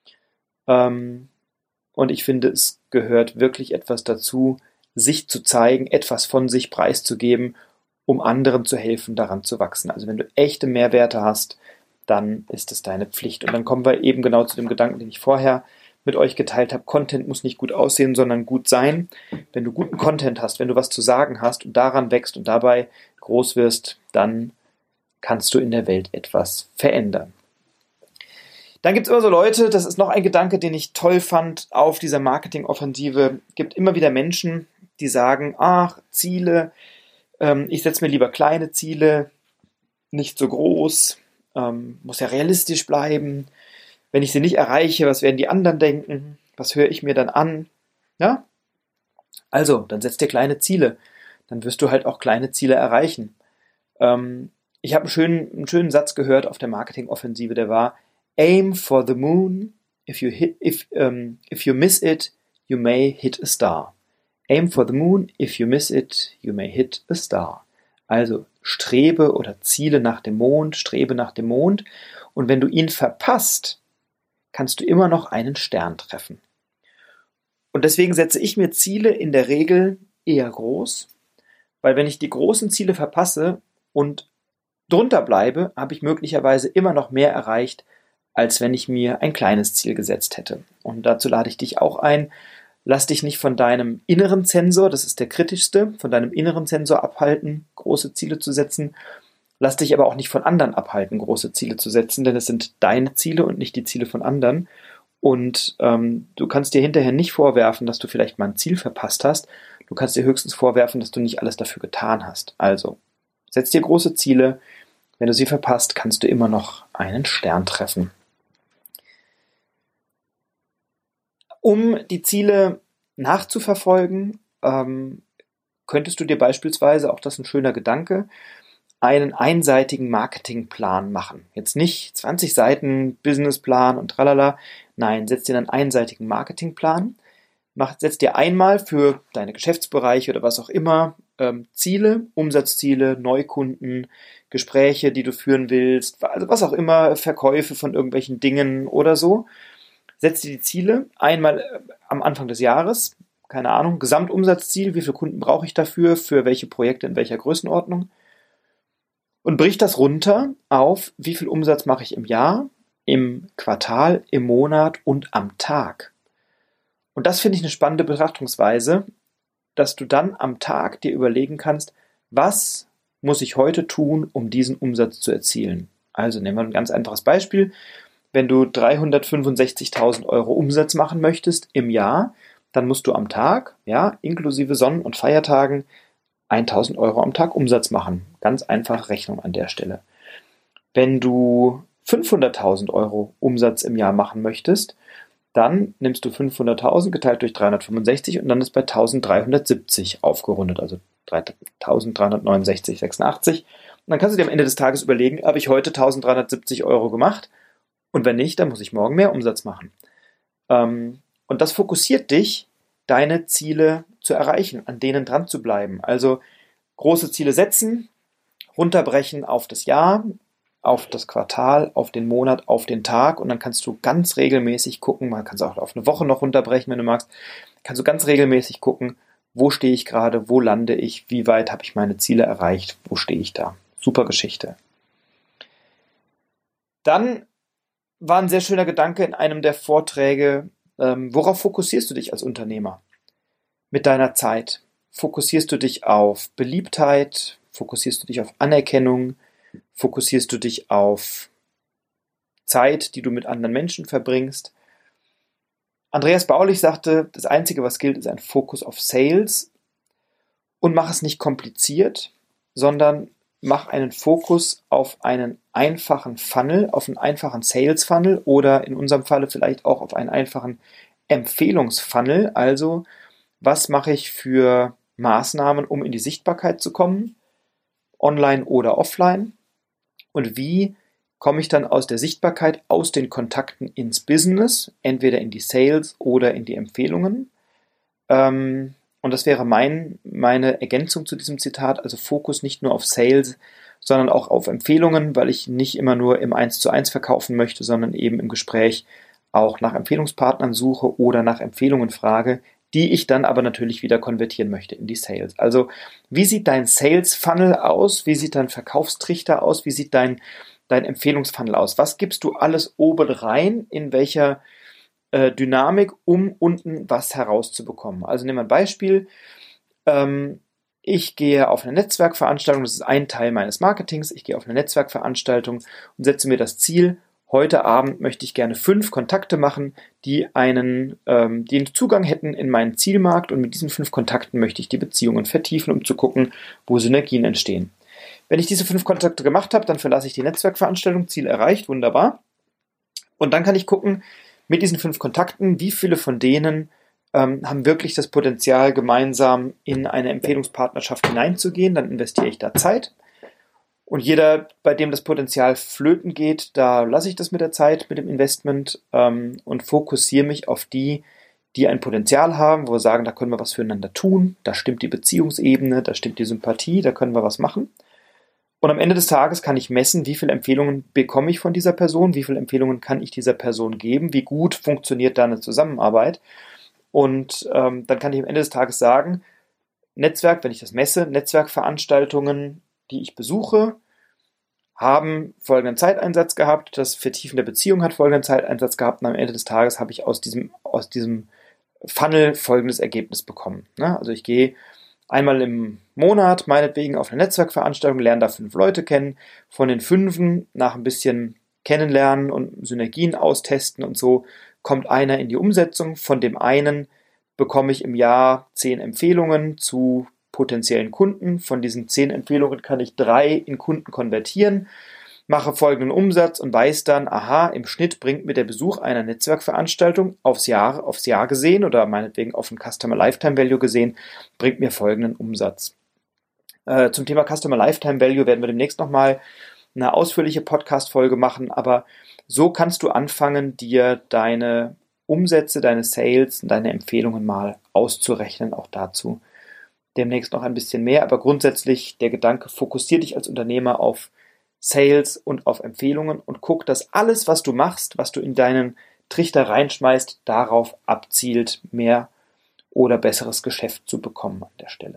Ähm, und ich finde, es gehört wirklich etwas dazu, sich zu zeigen, etwas von sich preiszugeben, um anderen zu helfen, daran zu wachsen. Also wenn du echte Mehrwerte hast, dann ist es deine Pflicht. Und dann kommen wir eben genau zu dem Gedanken, den ich vorher mit euch geteilt habe. Content muss nicht gut aussehen, sondern gut sein. Wenn du guten Content hast, wenn du was zu sagen hast und daran wächst und dabei groß wirst, dann kannst du in der Welt etwas verändern. Dann gibt es immer so Leute, das ist noch ein Gedanke, den ich toll fand auf dieser Marketingoffensive, gibt immer wieder Menschen, die sagen, ach, Ziele, ähm, ich setze mir lieber kleine Ziele, nicht so groß, ähm, muss ja realistisch bleiben. Wenn ich sie nicht erreiche, was werden die anderen denken? Was höre ich mir dann an? Ja? Also, dann setz dir kleine Ziele. Dann wirst du halt auch kleine Ziele erreichen. Ähm, ich habe einen schönen, einen schönen Satz gehört auf der Marketingoffensive, der war, aim for the moon, if you, hit, if, um, if you miss it, you may hit a star. Aim for the moon, if you miss it, you may hit a star. Also strebe oder ziele nach dem Mond, strebe nach dem Mond und wenn du ihn verpasst, kannst du immer noch einen Stern treffen. Und deswegen setze ich mir Ziele in der Regel eher groß, weil wenn ich die großen Ziele verpasse und drunter bleibe, habe ich möglicherweise immer noch mehr erreicht, als wenn ich mir ein kleines Ziel gesetzt hätte. Und dazu lade ich dich auch ein, lass dich nicht von deinem inneren Zensor, das ist der kritischste, von deinem inneren Zensor abhalten, große Ziele zu setzen. Lass dich aber auch nicht von anderen abhalten, große Ziele zu setzen, denn es sind deine Ziele und nicht die Ziele von anderen. Und ähm, du kannst dir hinterher nicht vorwerfen, dass du vielleicht mal ein Ziel verpasst hast. Du kannst dir höchstens vorwerfen, dass du nicht alles dafür getan hast. Also, setz dir große Ziele. Wenn du sie verpasst, kannst du immer noch einen Stern treffen. Um die Ziele nachzuverfolgen, ähm, könntest du dir beispielsweise, auch das ist ein schöner Gedanke, einen einseitigen Marketingplan machen. Jetzt nicht zwanzig Seiten Businessplan und tralala. Nein, setz dir einen einseitigen Marketingplan. Mach, setz dir einmal für deine Geschäftsbereiche oder was auch immer ähm, Ziele, Umsatzziele, Neukunden, Gespräche, die du führen willst, also was auch immer, Verkäufe von irgendwelchen Dingen oder so. Setz dir die Ziele einmal äh, am Anfang des Jahres, keine Ahnung, Gesamtumsatzziel, wie viele Kunden brauche ich dafür, für welche Projekte in welcher Größenordnung. Und brich das runter auf, wie viel Umsatz mache ich im Jahr, im Quartal, im Monat und am Tag. Und das finde ich eine spannende Betrachtungsweise, dass du dann am Tag dir überlegen kannst, was muss ich heute tun, um diesen Umsatz zu erzielen. Also nehmen wir ein ganz einfaches Beispiel. Wenn du dreihundertfünfundsechzigtausend Euro Umsatz machen möchtest im Jahr, dann musst du am Tag, ja, inklusive Sonnen- und Feiertagen, tausend Euro am Tag Umsatz machen. Ganz einfache Rechnung an der Stelle. Wenn du fünfhunderttausend Euro Umsatz im Jahr machen möchtest, dann nimmst du fünfhunderttausend geteilt durch dreihundertfünfundsechzig und dann ist bei eintausenddreihundertsiebzig aufgerundet, also eintausenddreihundertneunundsechzig Komma sechsundachtzig. Und dann kannst du dir am Ende des Tages überlegen, habe ich heute eintausenddreihundertsiebzig Euro gemacht und wenn nicht, dann muss ich morgen mehr Umsatz machen. Und das fokussiert dich, deine Ziele zu erreichen, an denen dran zu bleiben. Also große Ziele setzen, runterbrechen auf das Jahr, auf das Quartal, auf den Monat, auf den Tag und dann kannst du ganz regelmäßig gucken, man kann es auch auf eine Woche noch runterbrechen, wenn du magst, kannst du ganz regelmäßig gucken, wo stehe ich gerade, wo lande ich, wie weit habe ich meine Ziele erreicht, wo stehe ich da. Super Geschichte. Dann war ein sehr schöner Gedanke in einem der Vorträge, ähm, worauf fokussierst du dich als Unternehmer mit deiner Zeit? Fokussierst du dich auf Beliebtheit? Fokussierst du dich auf Anerkennung? Fokussierst du dich auf Zeit, die du mit anderen Menschen verbringst? Andreas Baulich sagte, das Einzige, was gilt, ist ein Fokus auf Sales und mach es nicht kompliziert, sondern mach einen Fokus auf einen einfachen Funnel, auf einen einfachen Sales-Funnel oder in unserem Falle vielleicht auch auf einen einfachen Empfehlungsfunnel. Also, was mache ich für Maßnahmen, um in die Sichtbarkeit zu kommen, online oder offline? Und wie komme ich dann aus der Sichtbarkeit, aus den Kontakten ins Business, entweder in die Sales oder in die Empfehlungen? Ähm, und das wäre mein, meine Ergänzung zu diesem Zitat, also Fokus nicht nur auf Sales, sondern auch auf Empfehlungen, weil ich nicht immer nur im eins zu eins verkaufen möchte, sondern eben im Gespräch auch nach Empfehlungspartnern suche oder nach Empfehlungen frage, die ich dann aber natürlich wieder konvertieren möchte in die Sales. Also wie sieht dein Sales-Funnel aus? Wie sieht dein Verkaufstrichter aus? Wie sieht dein, dein Empfehlungsfunnel aus? Was gibst du alles oben rein, in welcher äh, Dynamik, um unten was herauszubekommen? Also nehmen wir ein Beispiel. Ähm, ich gehe auf eine Netzwerkveranstaltung, das ist ein Teil meines Marketings. Ich gehe auf eine Netzwerkveranstaltung und setze mir das Ziel, heute Abend möchte ich gerne fünf Kontakte machen, die einen, ähm, die einen Zugang hätten in meinen Zielmarkt, und mit diesen fünf Kontakten möchte ich die Beziehungen vertiefen, um zu gucken, wo Synergien entstehen. Wenn ich diese fünf Kontakte gemacht habe, dann verlasse ich die Netzwerkveranstaltung, Ziel erreicht, wunderbar. Und dann kann ich gucken, mit diesen fünf Kontakten, wie viele von denen ähm, haben wirklich das Potenzial, gemeinsam in eine Empfehlungspartnerschaft hineinzugehen. Dann investiere ich da Zeit. Und jeder, bei dem das Potenzial flöten geht, da lasse ich das mit der Zeit, mit dem Investment ähm, und fokussiere mich auf die, die ein Potenzial haben, wo wir sagen, da können wir was füreinander tun, da stimmt die Beziehungsebene, da stimmt die Sympathie, da können wir was machen. Und am Ende des Tages kann ich messen, wie viele Empfehlungen bekomme ich von dieser Person, wie viele Empfehlungen kann ich dieser Person geben, wie gut funktioniert da eine Zusammenarbeit. Und ähm, dann kann ich am Ende des Tages sagen, Netzwerk, wenn ich das messe, Netzwerkveranstaltungen, die ich besuche, haben folgenden Zeiteinsatz gehabt, das Vertiefen der Beziehung hat folgenden Zeiteinsatz gehabt, und am Ende des Tages habe ich aus diesem, aus diesem Funnel folgendes Ergebnis bekommen. Ne? Also ich gehe einmal im Monat meinetwegen auf eine Netzwerkveranstaltung, lerne da fünf Leute kennen, von den fünfen nach ein bisschen kennenlernen und Synergien austesten und so kommt einer in die Umsetzung, von dem einen bekomme ich im Jahr zehn Empfehlungen zu potenziellen Kunden. Von diesen zehn Empfehlungen kann ich drei in Kunden konvertieren, mache folgenden Umsatz und weiß dann, aha, im Schnitt bringt mir der Besuch einer Netzwerkveranstaltung aufs Jahr, aufs Jahr gesehen oder meinetwegen auf ein Customer Lifetime Value gesehen, bringt mir folgenden Umsatz. Äh, zum Thema Customer Lifetime Value werden wir demnächst nochmal eine ausführliche Podcast-Folge machen, aber so kannst du anfangen, dir deine Umsätze, deine Sales, deine Empfehlungen mal auszurechnen, auch dazu demnächst noch ein bisschen mehr, aber grundsätzlich der Gedanke, fokussier dich als Unternehmer auf Sales und auf Empfehlungen und guck, dass alles, was du machst, was du in deinen Trichter reinschmeißt, darauf abzielt, mehr oder besseres Geschäft zu bekommen an der Stelle.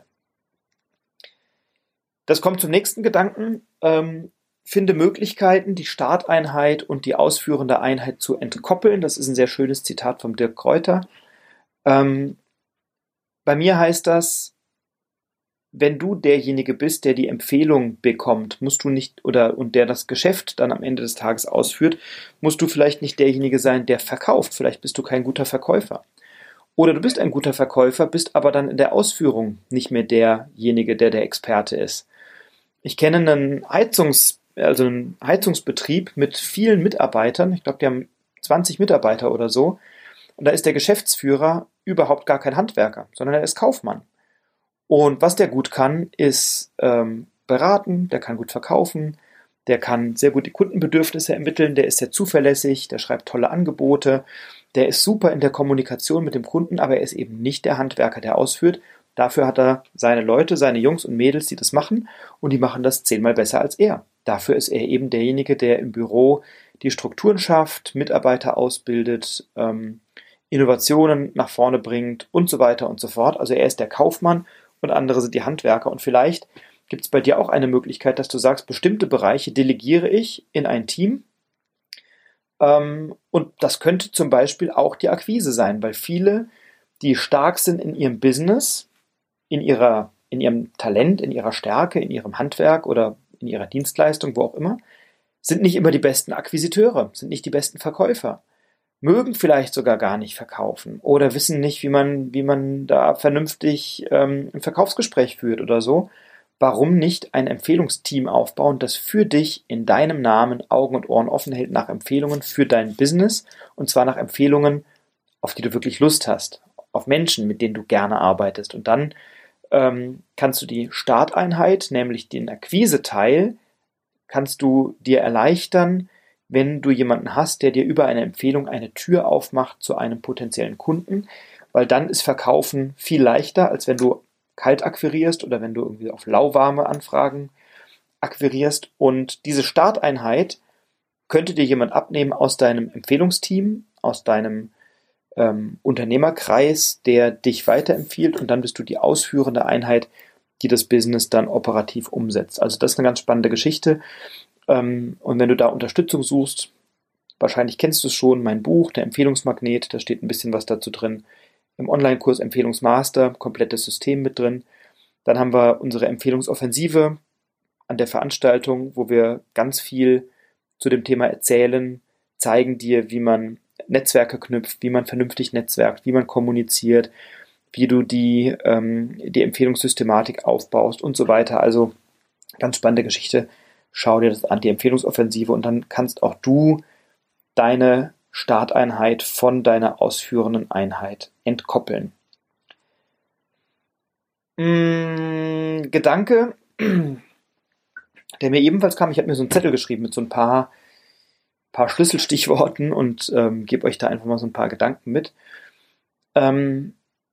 Das kommt zum nächsten Gedanken. Ähm, finde Möglichkeiten, die Starteinheit und die ausführende Einheit zu entkoppeln. Das ist ein sehr schönes Zitat vom Dirk Kräuter. Ähm, bei mir heißt das, wenn du derjenige bist, der die Empfehlung bekommt, musst du nicht, oder und der das Geschäft dann am Ende des Tages ausführt, musst du vielleicht nicht derjenige sein, der verkauft. Vielleicht bist du kein guter Verkäufer. Oder du bist ein guter Verkäufer, bist aber dann in der Ausführung nicht mehr derjenige, der der Experte ist. Ich kenne einen Heizungs, also einen Heizungsbetrieb mit vielen Mitarbeitern. Ich glaube, die haben zwanzig Mitarbeiter oder so. Und da ist der Geschäftsführer überhaupt gar kein Handwerker, sondern er ist Kaufmann. Und was der gut kann, ist ähm, beraten, der kann gut verkaufen, der kann sehr gut die Kundenbedürfnisse ermitteln, der ist sehr zuverlässig, der schreibt tolle Angebote, der ist super in der Kommunikation mit dem Kunden, aber er ist eben nicht der Handwerker, der ausführt. Dafür hat er seine Leute, seine Jungs und Mädels, die das machen, und die machen das zehnmal besser als er. Dafür ist er eben derjenige, der im Büro die Strukturen schafft, Mitarbeiter ausbildet, ähm, Innovationen nach vorne bringt und so weiter und so fort. Also er ist der Kaufmann und andere sind die Handwerker. Und vielleicht gibt es bei dir auch eine Möglichkeit, dass du sagst, bestimmte Bereiche delegiere ich in ein Team. Ähm, und das könnte zum Beispiel auch die Akquise sein, weil viele, die stark sind in ihrem Business, in ihrer, in ihrem Talent, in ihrer Stärke, in ihrem Handwerk oder in ihrer Dienstleistung, wo auch immer, sind nicht immer die besten Akquisiteure, sind nicht die besten Verkäufer, mögen vielleicht sogar gar nicht verkaufen oder wissen nicht, wie man, wie man da vernünftig ähm, ein Verkaufsgespräch führt oder so. Warum nicht ein Empfehlungsteam aufbauen, das für dich in deinem Namen Augen und Ohren offen hält nach Empfehlungen für dein Business, und zwar nach Empfehlungen, auf die du wirklich Lust hast, auf Menschen, mit denen du gerne arbeitest. Und dann ähm, kannst du die Starteinheit, nämlich den Akquiseteil, kannst du dir erleichtern, wenn du jemanden hast, der dir über eine Empfehlung eine Tür aufmacht zu einem potenziellen Kunden, weil dann ist Verkaufen viel leichter, als wenn du kalt akquirierst oder wenn du irgendwie auf lauwarme Anfragen akquirierst. Und diese Starteinheit könnte dir jemand abnehmen aus deinem Empfehlungsteam, aus deinem ähm, Unternehmerkreis, der dich weiterempfiehlt, und dann bist du die ausführende Einheit, die das Business dann operativ umsetzt. Also das ist eine ganz spannende Geschichte. Ähm, und wenn du da Unterstützung suchst, wahrscheinlich kennst du es schon, mein Buch, der Empfehlungsmagnet, da steht ein bisschen was dazu drin. Im Online-Kurs Empfehlungsmaster, komplettes System mit drin. Dann haben wir unsere Empfehlungsoffensive an der Veranstaltung, wo wir ganz viel zu dem Thema erzählen, zeigen dir, wie man Netzwerke knüpft, wie man vernünftig netzwerkt, wie man kommuniziert, wie du die, ähm, die Empfehlungssystematik aufbaust und so weiter. Also ganz spannende Geschichte. Schau dir das an, die Empfehlungsoffensive, und dann kannst auch du deine Starteinheit von deiner ausführenden Einheit entkoppeln. Hm, Gedanke, der mir ebenfalls kam, ich habe mir so einen Zettel geschrieben mit so ein paar, paar Schlüsselstichworten und ähm, gebe euch da einfach mal so ein paar Gedanken mit. Ähm,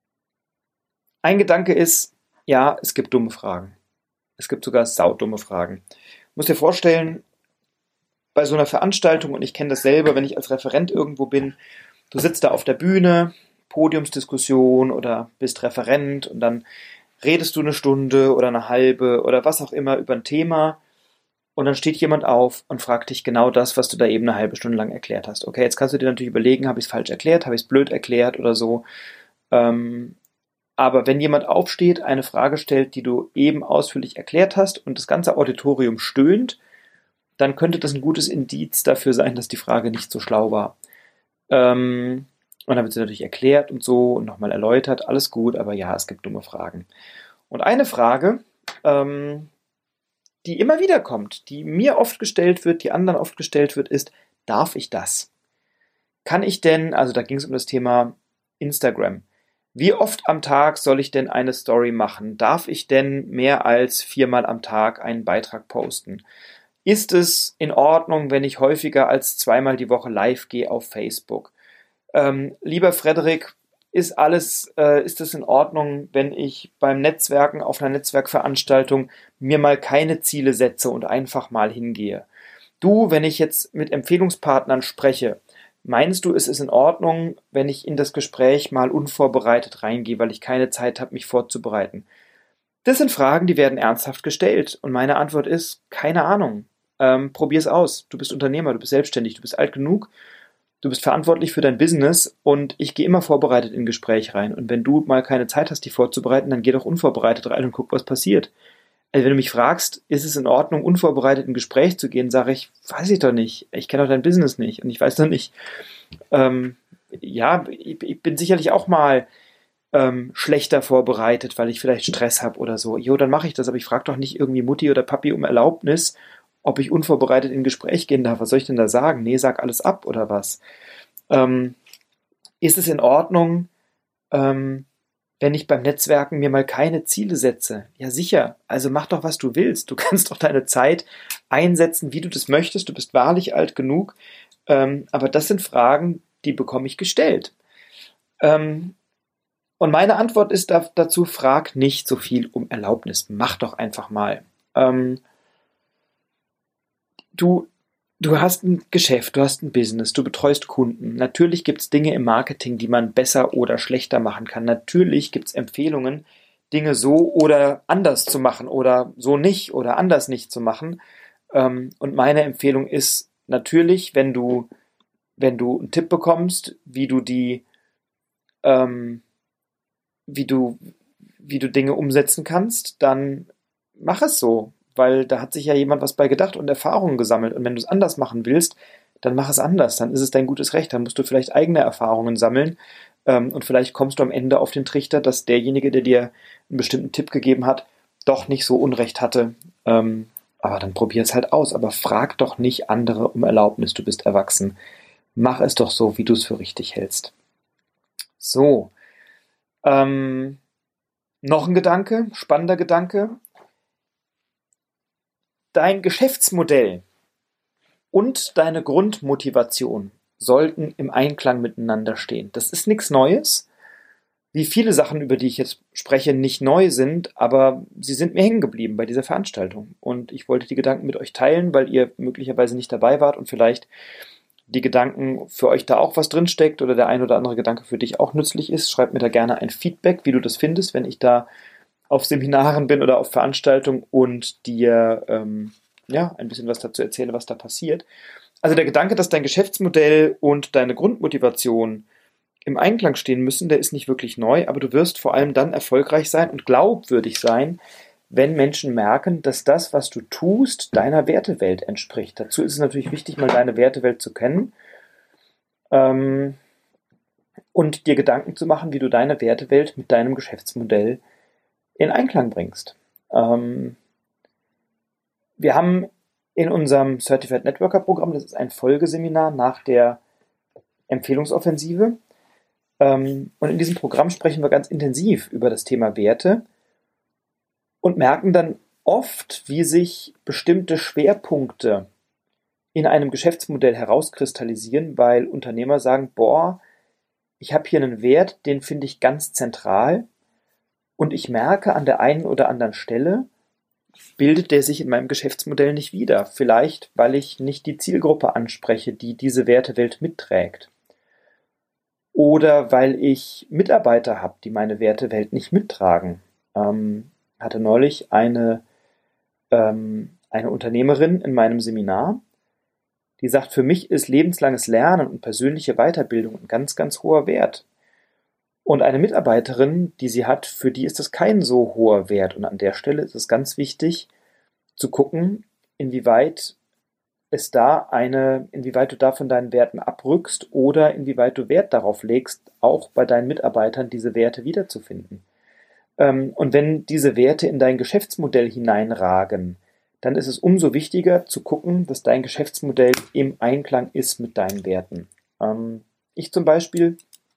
ein Gedanke ist, ja, es gibt dumme Fragen. Es gibt sogar saudumme Fragen. Du musst dir vorstellen, bei so einer Veranstaltung, und ich kenne das selber, wenn ich als Referent irgendwo bin, du sitzt da auf der Bühne, Podiumsdiskussion oder bist Referent, und dann redest du eine Stunde oder eine halbe oder was auch immer über ein Thema, und dann steht jemand auf und fragt dich genau das, was du da eben eine halbe Stunde lang erklärt hast. Okay, jetzt kannst du dir natürlich überlegen, habe ich es falsch erklärt, habe ich es blöd erklärt oder so. Ähm, aber wenn jemand aufsteht, eine Frage stellt, die du eben ausführlich erklärt hast, und das ganze Auditorium stöhnt, dann könnte das ein gutes Indiz dafür sein, dass die Frage nicht so schlau war. Ähm, und dann wird sie natürlich erklärt und so und nochmal erläutert, alles gut, aber ja, es gibt dumme Fragen. Und eine Frage, ähm, die immer wieder kommt, die mir oft gestellt wird, die anderen oft gestellt wird, ist, darf ich das? Kann ich denn, also da ging es um das Thema Instagram, wie oft am Tag soll ich denn eine Story machen? Darf ich denn mehr als viermal am Tag einen Beitrag posten? Ist es in Ordnung, wenn ich häufiger als zweimal die Woche live gehe auf Facebook? Ähm, lieber Frederik, ist alles, äh, ist es in Ordnung, wenn ich beim Netzwerken auf einer Netzwerkveranstaltung mir mal keine Ziele setze und einfach mal hingehe? Du, wenn ich jetzt mit Empfehlungspartnern spreche, meinst du, es ist in Ordnung, wenn ich in das Gespräch mal unvorbereitet reingehe, weil ich keine Zeit habe, mich vorzubereiten? Das sind Fragen, die werden ernsthaft gestellt. Und meine Antwort ist, keine Ahnung. Ähm, probier's aus. Du bist Unternehmer, du bist selbstständig, du bist alt genug, du bist verantwortlich für dein Business, und ich gehe immer vorbereitet in ein Gespräch rein. Und wenn du mal keine Zeit hast, dich vorzubereiten, dann geh doch unvorbereitet rein und guck, was passiert. Also wenn du mich fragst, ist es in Ordnung, unvorbereitet in ein Gespräch zu gehen, sage ich, weiß ich doch nicht. Ich kenne doch dein Business nicht und ich weiß doch nicht. Ähm, ja, ich, ich bin sicherlich auch mal ähm, schlechter vorbereitet, weil ich vielleicht Stress habe oder so. Jo, dann mache ich das, aber ich frage doch nicht irgendwie Mutti oder Papi um Erlaubnis, ob ich unvorbereitet in ein Gespräch gehen darf. Was soll ich denn da sagen? Nee, sag alles ab oder was? Ähm, ist es in Ordnung, ähm, wenn ich beim Netzwerken mir mal keine Ziele setze? Ja, sicher. Also mach doch, was du willst. Du kannst doch deine Zeit einsetzen, wie du das möchtest. Du bist wahrlich alt genug. Ähm, aber das sind Fragen, die bekomme ich gestellt. Ähm, und meine Antwort ist da, dazu, frag nicht so viel um Erlaubnis. Mach doch einfach mal. Ähm, du, du hast ein Geschäft, du hast ein Business, du betreust Kunden. Natürlich gibt es Dinge im Marketing, die man besser oder schlechter machen kann. Natürlich gibt es Empfehlungen, Dinge so oder anders zu machen oder so nicht oder anders nicht zu machen. Ähm, und meine Empfehlung ist natürlich, wenn du, wenn du einen Tipp bekommst, wie du die, ähm, wie du, wie du Dinge umsetzen kannst, dann mach es so, weil da hat sich ja jemand was bei gedacht und Erfahrungen gesammelt. Und wenn du es anders machen willst, dann mach es anders. Dann ist es dein gutes Recht. Dann musst du vielleicht eigene Erfahrungen sammeln. Ähm, und vielleicht kommst du am Ende auf den Trichter, dass derjenige, der dir einen bestimmten Tipp gegeben hat, doch nicht so Unrecht hatte. Ähm, aber dann probier es halt aus. Aber frag doch nicht andere um Erlaubnis. Du bist erwachsen. Mach es doch so, wie du es für richtig hältst. So. Ähm, noch ein Gedanke, spannender Gedanke. Dein Geschäftsmodell und deine Grundmotivation sollten im Einklang miteinander stehen. Das ist nichts Neues. Wie viele Sachen, über die ich jetzt spreche, nicht neu sind, aber sie sind mir hängen geblieben bei dieser Veranstaltung. Und ich wollte die Gedanken mit euch teilen, weil ihr möglicherweise nicht dabei wart und vielleicht die Gedanken für euch da auch was drinsteckt oder der ein oder andere Gedanke für dich auch nützlich ist. Schreib mir da gerne ein Feedback, wie du das findest, wenn ich da auf Seminaren bin oder auf Veranstaltungen und dir ähm, ja, ein bisschen was dazu erzähle, was da passiert. Also der Gedanke, dass dein Geschäftsmodell und deine Grundmotivation im Einklang stehen müssen, der ist nicht wirklich neu, aber du wirst vor allem dann erfolgreich sein und glaubwürdig sein, wenn Menschen merken, dass das, was du tust, deiner Wertewelt entspricht. Dazu ist es natürlich wichtig, mal deine Wertewelt zu kennen. ähm, und dir Gedanken zu machen, wie du deine Wertewelt mit deinem Geschäftsmodell in Einklang bringst. Ähm, wir haben in unserem Certified Networker Programm, das ist ein Folgeseminar nach der Empfehlungsoffensive, ähm, und in diesem Programm sprechen wir ganz intensiv über das Thema Werte und merken dann oft, wie sich bestimmte Schwerpunkte in einem Geschäftsmodell herauskristallisieren, weil Unternehmer sagen, boah, ich habe hier einen Wert, den finde ich ganz zentral und ich merke an der einen oder anderen Stelle, bildet der sich in meinem Geschäftsmodell nicht wieder. Vielleicht, weil ich nicht die Zielgruppe anspreche, die diese Wertewelt mitträgt. Oder weil ich Mitarbeiter habe, die meine Wertewelt nicht mittragen. Ähm, hatte neulich eine, ähm, eine Unternehmerin in meinem Seminar, die sagt, für mich ist lebenslanges Lernen und persönliche Weiterbildung ein ganz, ganz hoher Wert. Und eine Mitarbeiterin, die sie hat, für die ist das kein so hoher Wert. Und an der Stelle ist es ganz wichtig zu gucken, inwieweit es da eine, inwieweit du da von deinen Werten abrückst oder inwieweit du Wert darauf legst, auch bei deinen Mitarbeitern diese Werte wiederzufinden. Und wenn diese Werte in dein Geschäftsmodell hineinragen, dann ist es umso wichtiger zu gucken, dass dein Geschäftsmodell im Einklang ist mit deinen Werten. Ich zum Beispiel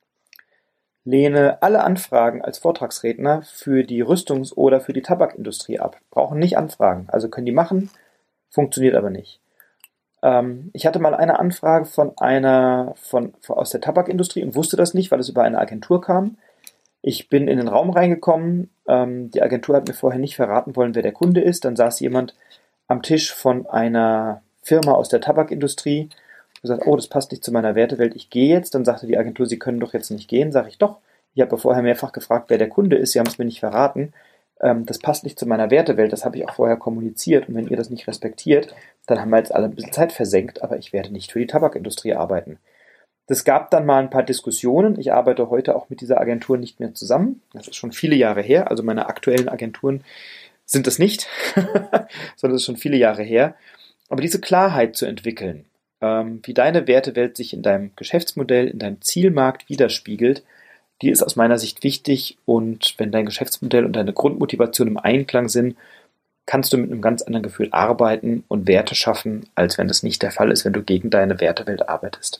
lehne alle Anfragen als Vortragsredner für die Rüstungs- oder für die Tabakindustrie ab. Brauchen nicht Anfragen, also können die machen, funktioniert aber nicht. Ähm, ich hatte mal eine Anfrage von einer von, von aus der Tabakindustrie und wusste das nicht, weil es über eine Agentur kam. Ich bin in den Raum reingekommen, ähm, die Agentur hat mir vorher nicht verraten wollen, wer der Kunde ist. Dann saß jemand am Tisch von einer Firma aus der Tabakindustrie und gesagt, oh, das passt nicht zu meiner Wertewelt, ich gehe jetzt. Dann sagte die Agentur, Sie können doch jetzt nicht gehen. Sage ich, doch, ich habe vorher mehrfach gefragt, wer der Kunde ist, Sie haben es mir nicht verraten. Ähm, das passt nicht zu meiner Wertewelt, das habe ich auch vorher kommuniziert. Und wenn ihr das nicht respektiert, dann haben wir jetzt alle ein bisschen Zeit versenkt, aber ich werde nicht für die Tabakindustrie arbeiten. Das gab dann mal ein paar Diskussionen. Ich arbeite heute auch mit dieser Agentur nicht mehr zusammen. Das ist schon viele Jahre her. Also meine aktuellen Agenturen sind es nicht, sondern es ist schon viele Jahre her. Aber diese Klarheit zu entwickeln, ähm, wie deine Wertewelt sich in deinem Geschäftsmodell, in deinem Zielmarkt widerspiegelt, die ist aus meiner Sicht wichtig. Und wenn dein Geschäftsmodell und deine Grundmotivation im Einklang sind, kannst du mit einem ganz anderen Gefühl arbeiten und Werte schaffen, als wenn das nicht der Fall ist, wenn du gegen deine Wertewelt arbeitest.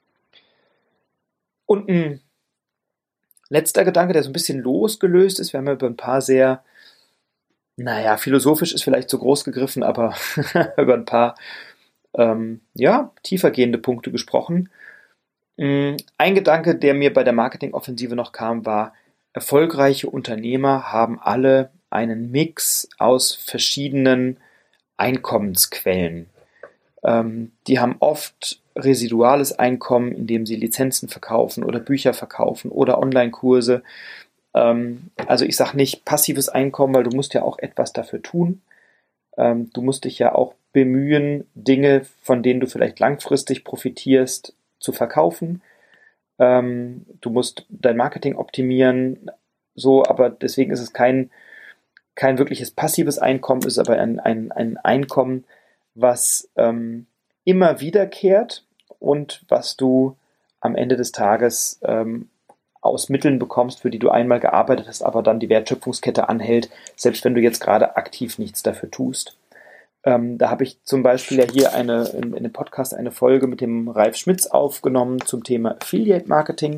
Und ein letzter Gedanke, der so ein bisschen losgelöst ist, wir haben ja über ein paar sehr, naja, philosophisch ist vielleicht zu groß gegriffen, aber über ein paar, ähm, ja, tiefergehende Punkte gesprochen. Ein Gedanke, der mir bei der Marketingoffensive noch kam, war, erfolgreiche Unternehmer haben alle einen Mix aus verschiedenen Einkommensquellen. Ähm, die haben oft residuales Einkommen, indem sie Lizenzen verkaufen oder Bücher verkaufen oder Online-Kurse. Ähm, also ich sage nicht passives Einkommen, weil du musst ja auch etwas dafür tun. Ähm, du musst dich ja auch bemühen, Dinge, von denen du vielleicht langfristig profitierst, zu verkaufen. Ähm, du musst dein Marketing optimieren, so, aber deswegen ist es kein, kein wirkliches passives Einkommen, ist aber ein, ein, ein Einkommen, was ähm, immer wiederkehrt und was du am Ende des Tages ähm, aus Mitteln bekommst, für die du einmal gearbeitet hast, aber dann die Wertschöpfungskette anhält, selbst wenn du jetzt gerade aktiv nichts dafür tust. Ähm, da habe ich zum Beispiel ja hier eine, in, in dem Podcast eine Folge mit dem Ralf Schmitz aufgenommen zum Thema Affiliate Marketing.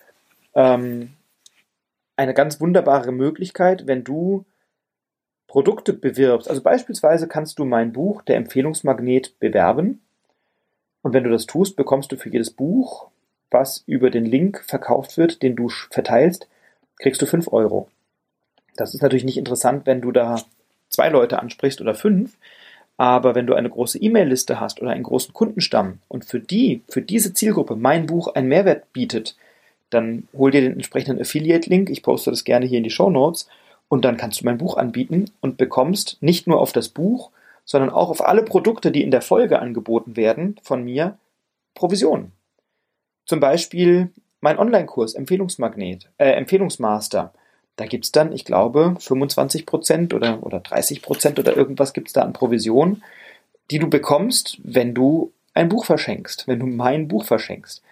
Ähm, eine ganz wunderbare Möglichkeit, wenn du Produkte bewirbst. Also beispielsweise kannst du mein Buch, der Empfehlungsmagnet, bewerben. Und wenn du das tust, bekommst du für jedes Buch, was über den Link verkauft wird, den du verteilst, kriegst du fünf Euro. Das ist natürlich nicht interessant, wenn du da zwei Leute ansprichst oder fünf. Aber wenn du eine große E-Mail-Liste hast oder einen großen Kundenstamm und für die, für diese Zielgruppe mein Buch einen Mehrwert bietet, dann hol dir den entsprechenden Affiliate-Link. Ich poste das gerne hier in die Shownotes. Und dann kannst du mein Buch anbieten und bekommst nicht nur auf das Buch, sondern auch auf alle Produkte, die in der Folge angeboten werden, von mir Provisionen. Zum Beispiel mein Online-Kurs Empfehlungsmagnet, äh, Empfehlungsmaster. Da gibt es dann, ich glaube, fünfundzwanzig Prozent oder, oder dreißig Prozent oder irgendwas gibt es da an Provisionen, die du bekommst, wenn du ein Buch verschenkst, wenn du mein Buch verschenkst.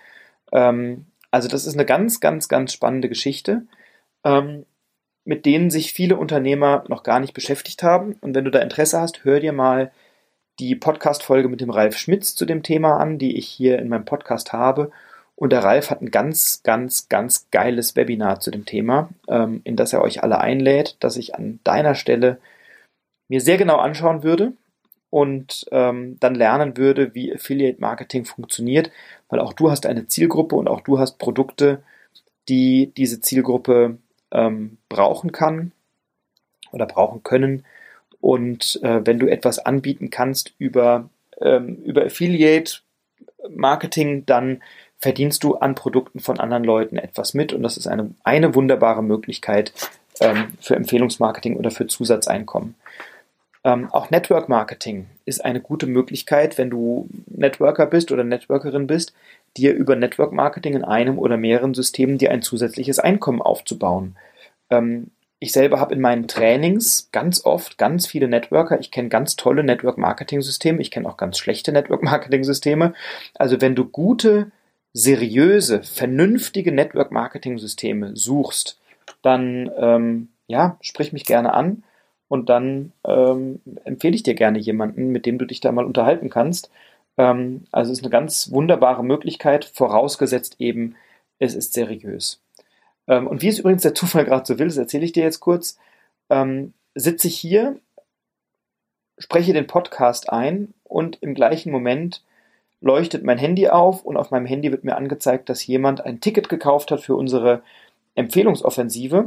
Ähm, also das ist eine ganz, ganz, ganz spannende Geschichte, ähm, mit denen sich viele Unternehmer noch gar nicht beschäftigt haben. Und wenn du da Interesse hast, hör dir mal die Podcast-Folge mit dem Ralf Schmitz zu dem Thema an, die ich hier in meinem Podcast habe. Und der Ralf hat ein ganz, ganz, ganz geiles Webinar zu dem Thema, ähm, in das er euch alle einlädt, das ich an deiner Stelle mir sehr genau anschauen würde und ähm, dann lernen würde, wie Affiliate Marketing funktioniert, weil auch du hast eine Zielgruppe und auch du hast Produkte, die diese Zielgruppe ähm, brauchen kann oder brauchen können. Und äh, wenn du etwas anbieten kannst über, ähm, über Affiliate Marketing, dann verdienst du an Produkten von anderen Leuten etwas mit. Und das ist eine, eine wunderbare Möglichkeit ähm, für Empfehlungsmarketing oder für Zusatzeinkommen. Ähm, auch Network Marketing ist eine gute Möglichkeit, wenn du Networker bist oder Networkerin bist, dir über Network Marketing in einem oder mehreren Systemen dir ein zusätzliches Einkommen aufzubauen. Ähm, Ich selber habe in meinen Trainings ganz oft ganz viele Networker. Ich kenne ganz tolle Network-Marketing-Systeme. Ich kenne auch ganz schlechte Network-Marketing-Systeme. Also wenn du gute, seriöse, vernünftige Network-Marketing-Systeme suchst, dann ähm, ja, sprich mich gerne an und dann ähm, empfehle ich dir gerne jemanden, mit dem du dich da mal unterhalten kannst. Ähm, also es ist eine ganz wunderbare Möglichkeit, vorausgesetzt eben, es ist seriös. Ähm, und wie es übrigens der Zufall gerade so will, das erzähle ich dir jetzt kurz, ähm, sitze ich hier, spreche den Podcast ein und im gleichen Moment leuchtet mein Handy auf und auf meinem Handy wird mir angezeigt, dass jemand ein Ticket gekauft hat für unsere Empfehlungsoffensive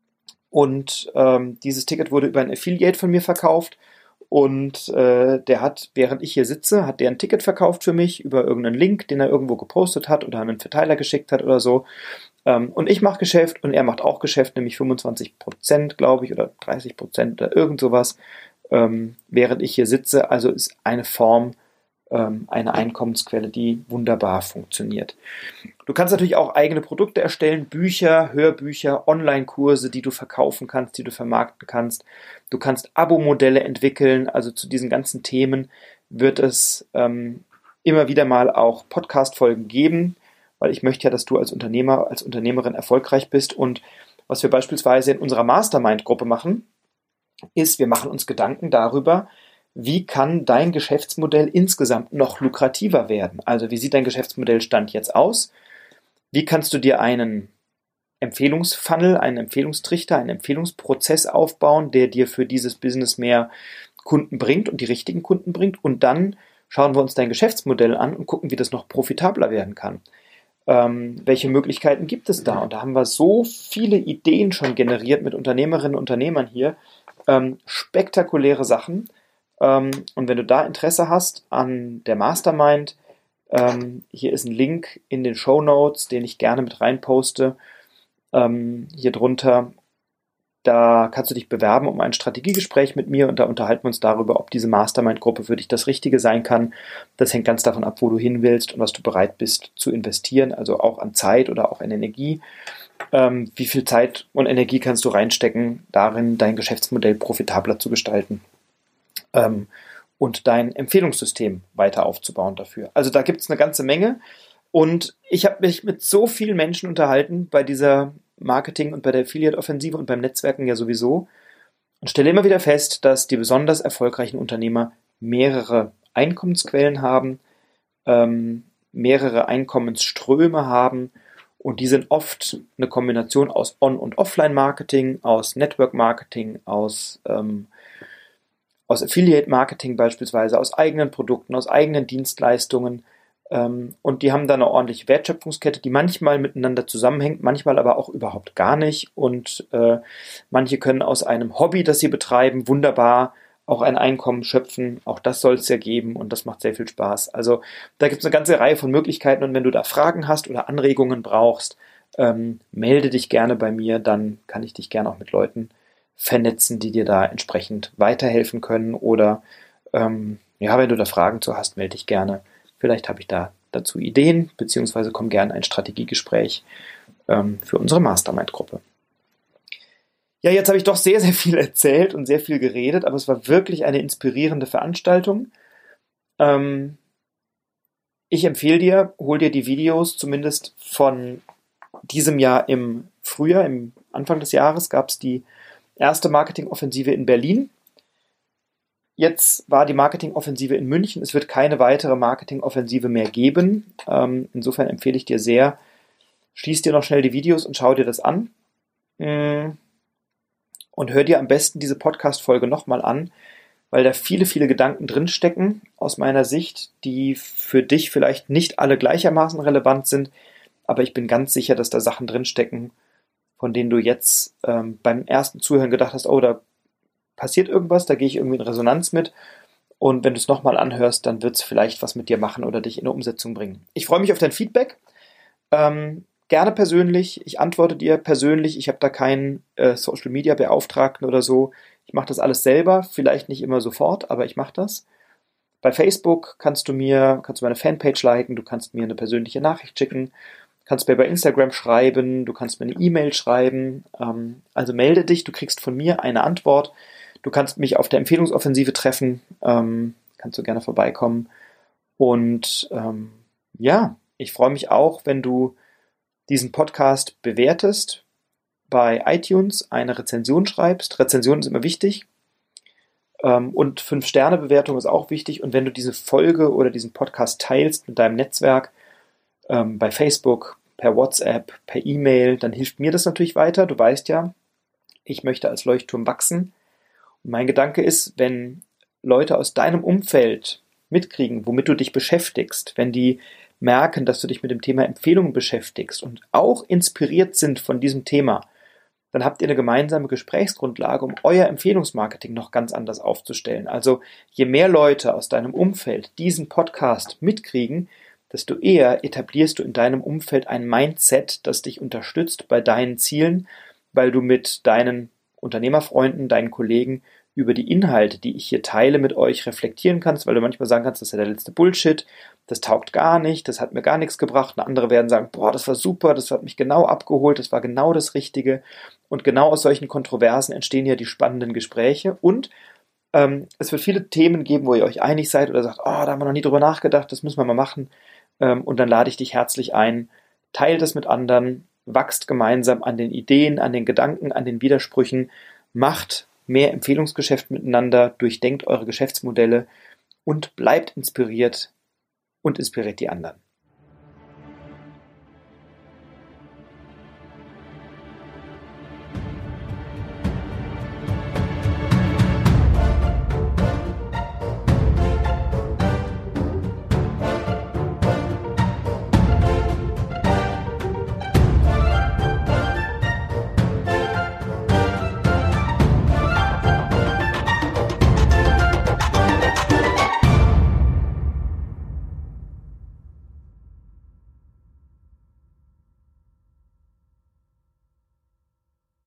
und ähm, dieses Ticket wurde über ein Affiliate von mir verkauft und äh, der hat, während ich hier sitze, hat der ein Ticket verkauft für mich über irgendeinen Link, den er irgendwo gepostet hat oder einen Verteiler geschickt hat oder so. Und ich mache Geschäft und er macht auch Geschäft, nämlich fünfundzwanzig Prozent, glaube ich, oder dreißig Prozent oder irgend sowas, ähm, während ich hier sitze. Also ist eine Form, ähm, eine Einkommensquelle, die wunderbar funktioniert. Du kannst natürlich auch eigene Produkte erstellen, Bücher, Hörbücher, Online-Kurse, die du verkaufen kannst, die du vermarkten kannst. Du kannst Abo-Modelle entwickeln, also zu diesen ganzen Themen wird es ähm, immer wieder mal auch Podcast-Folgen geben, weil ich möchte ja, dass du als Unternehmer, als Unternehmerin erfolgreich bist. Und was wir beispielsweise in unserer Mastermind-Gruppe machen, ist, wir machen uns Gedanken darüber, wie kann dein Geschäftsmodell insgesamt noch lukrativer werden? Also wie sieht dein Geschäftsmodell Stand jetzt aus? Wie kannst du dir einen Empfehlungsfunnel, einen Empfehlungstrichter, einen Empfehlungsprozess aufbauen, der dir für dieses Business mehr Kunden bringt und die richtigen Kunden bringt? Und dann schauen wir uns dein Geschäftsmodell an und gucken, wie das noch profitabler werden kann. Ähm, welche Möglichkeiten gibt es da? Und da haben wir so viele Ideen schon generiert mit Unternehmerinnen und Unternehmern hier. Ähm, spektakuläre Sachen. Ähm, und wenn du da Interesse hast an der Mastermind, ähm, hier ist ein Link in den Shownotes, den ich gerne mit reinposte. Ähm, hier drunter. Da kannst du dich bewerben um ein Strategiegespräch mit mir und da unterhalten wir uns darüber, ob diese Mastermind-Gruppe für dich das Richtige sein kann. Das hängt ganz davon ab, wo du hin willst und was du bereit bist zu investieren, also auch an Zeit oder auch an Energie. Ähm, wie viel Zeit und Energie kannst du reinstecken, darin dein Geschäftsmodell profitabler zu gestalten ähm, und dein Empfehlungssystem weiter aufzubauen dafür. Also da gibt es eine ganze Menge und ich habe mich mit so vielen Menschen unterhalten bei dieser Marketing und bei der Affiliate-Offensive und beim Netzwerken ja sowieso und stelle immer wieder fest, dass die besonders erfolgreichen Unternehmer mehrere Einkommensquellen haben, ähm, mehrere Einkommensströme haben und die sind oft eine Kombination aus On- und Offline-Marketing, aus Network-Marketing, aus, ähm, aus Affiliate-Marketing beispielsweise, aus eigenen Produkten, aus eigenen Dienstleistungen. Und die haben da eine ordentliche Wertschöpfungskette, die manchmal miteinander zusammenhängt, manchmal aber auch überhaupt gar nicht. Und äh, manche können aus einem Hobby, das sie betreiben, wunderbar auch ein Einkommen schöpfen. Auch das soll es ja geben und das macht sehr viel Spaß. Also da gibt es eine ganze Reihe von Möglichkeiten und wenn du da Fragen hast oder Anregungen brauchst, ähm, melde dich gerne bei mir, dann kann ich dich gerne auch mit Leuten vernetzen, die dir da entsprechend weiterhelfen können. Oder ähm, ja, wenn du da Fragen zu hast, melde dich gerne. Vielleicht habe ich da dazu Ideen, beziehungsweise komm gerne ein Strategiegespräch ähm, für unsere Mastermind-Gruppe. Ja, jetzt habe ich doch sehr, sehr viel erzählt und sehr viel geredet, aber es war wirklich eine inspirierende Veranstaltung. Ähm, Ich empfehle dir, hol dir die Videos, zumindest von diesem Jahr im Frühjahr, im Anfang des Jahres gab es die erste Marketingoffensive in Berlin. Jetzt war die Marketingoffensive in München. Es wird keine weitere Marketingoffensive mehr geben. Ähm, insofern empfehle ich dir sehr, schließ dir noch schnell die Videos und schau dir das an. Und hör dir am besten diese Podcast-Folge nochmal an, weil da viele, viele Gedanken drinstecken, aus meiner Sicht, die für dich vielleicht nicht alle gleichermaßen relevant sind, aber ich bin ganz sicher, dass da Sachen drinstecken, von denen du jetzt ähm, beim ersten Zuhören gedacht hast, oh, da passiert irgendwas, da gehe ich irgendwie in Resonanz mit. Und wenn du es nochmal anhörst, dann wird es vielleicht was mit dir machen oder dich in eine Umsetzung bringen. Ich freue mich auf dein Feedback. Ähm, gerne persönlich. Ich antworte dir persönlich. Ich habe da keinen äh, Social-Media-Beauftragten oder so. Ich mache das alles selber. Vielleicht nicht immer sofort, aber ich mache das. Bei Facebook kannst du mir, kannst du meine Fanpage liken, du kannst mir eine persönliche Nachricht schicken, kannst mir bei Instagram schreiben, du kannst mir eine E-Mail schreiben. Ähm, also melde dich, du kriegst von mir eine Antwort. Du kannst mich auf der Empfehlungsoffensive treffen, ähm, kannst du gerne vorbeikommen. Und ähm, ja, ich freue mich auch, wenn du diesen Podcast bewertest, bei iTunes eine Rezension schreibst. Rezension ist immer wichtig. Ähm, und fünf Sterne Bewertung ist auch wichtig. Und wenn du diese Folge oder diesen Podcast teilst mit deinem Netzwerk, ähm, bei Facebook, per WhatsApp, per E-Mail, dann hilft mir das natürlich weiter. Du weißt ja, ich möchte als Leuchtturm wachsen. Und mein Gedanke ist, wenn Leute aus deinem Umfeld mitkriegen, womit du dich beschäftigst, wenn die merken, dass du dich mit dem Thema Empfehlungen beschäftigst und auch inspiriert sind von diesem Thema, dann habt ihr eine gemeinsame Gesprächsgrundlage, um euer Empfehlungsmarketing noch ganz anders aufzustellen. Also je mehr Leute aus deinem Umfeld diesen Podcast mitkriegen, desto eher etablierst du in deinem Umfeld ein Mindset, das dich unterstützt bei deinen Zielen, weil du mit deinen Unternehmerfreunden, deinen Kollegen über die Inhalte, die ich hier teile, mit euch reflektieren kannst, weil du manchmal sagen kannst, das ist ja der letzte Bullshit, das taugt gar nicht, das hat mir gar nichts gebracht. Und andere werden sagen, boah, das war super, das hat mich genau abgeholt, das war genau das Richtige. Und genau aus solchen Kontroversen entstehen ja die spannenden Gespräche. Und ähm, es wird viele Themen geben, wo ihr euch einig seid oder sagt, oh, da haben wir noch nie drüber nachgedacht, das müssen wir mal machen. Ähm, und dann lade ich dich herzlich ein, teile das mit anderen, wachst gemeinsam an den Ideen, an den Gedanken, an den Widersprüchen, macht mehr Empfehlungsgeschäft miteinander, durchdenkt eure Geschäftsmodelle und bleibt inspiriert und inspiriert die anderen.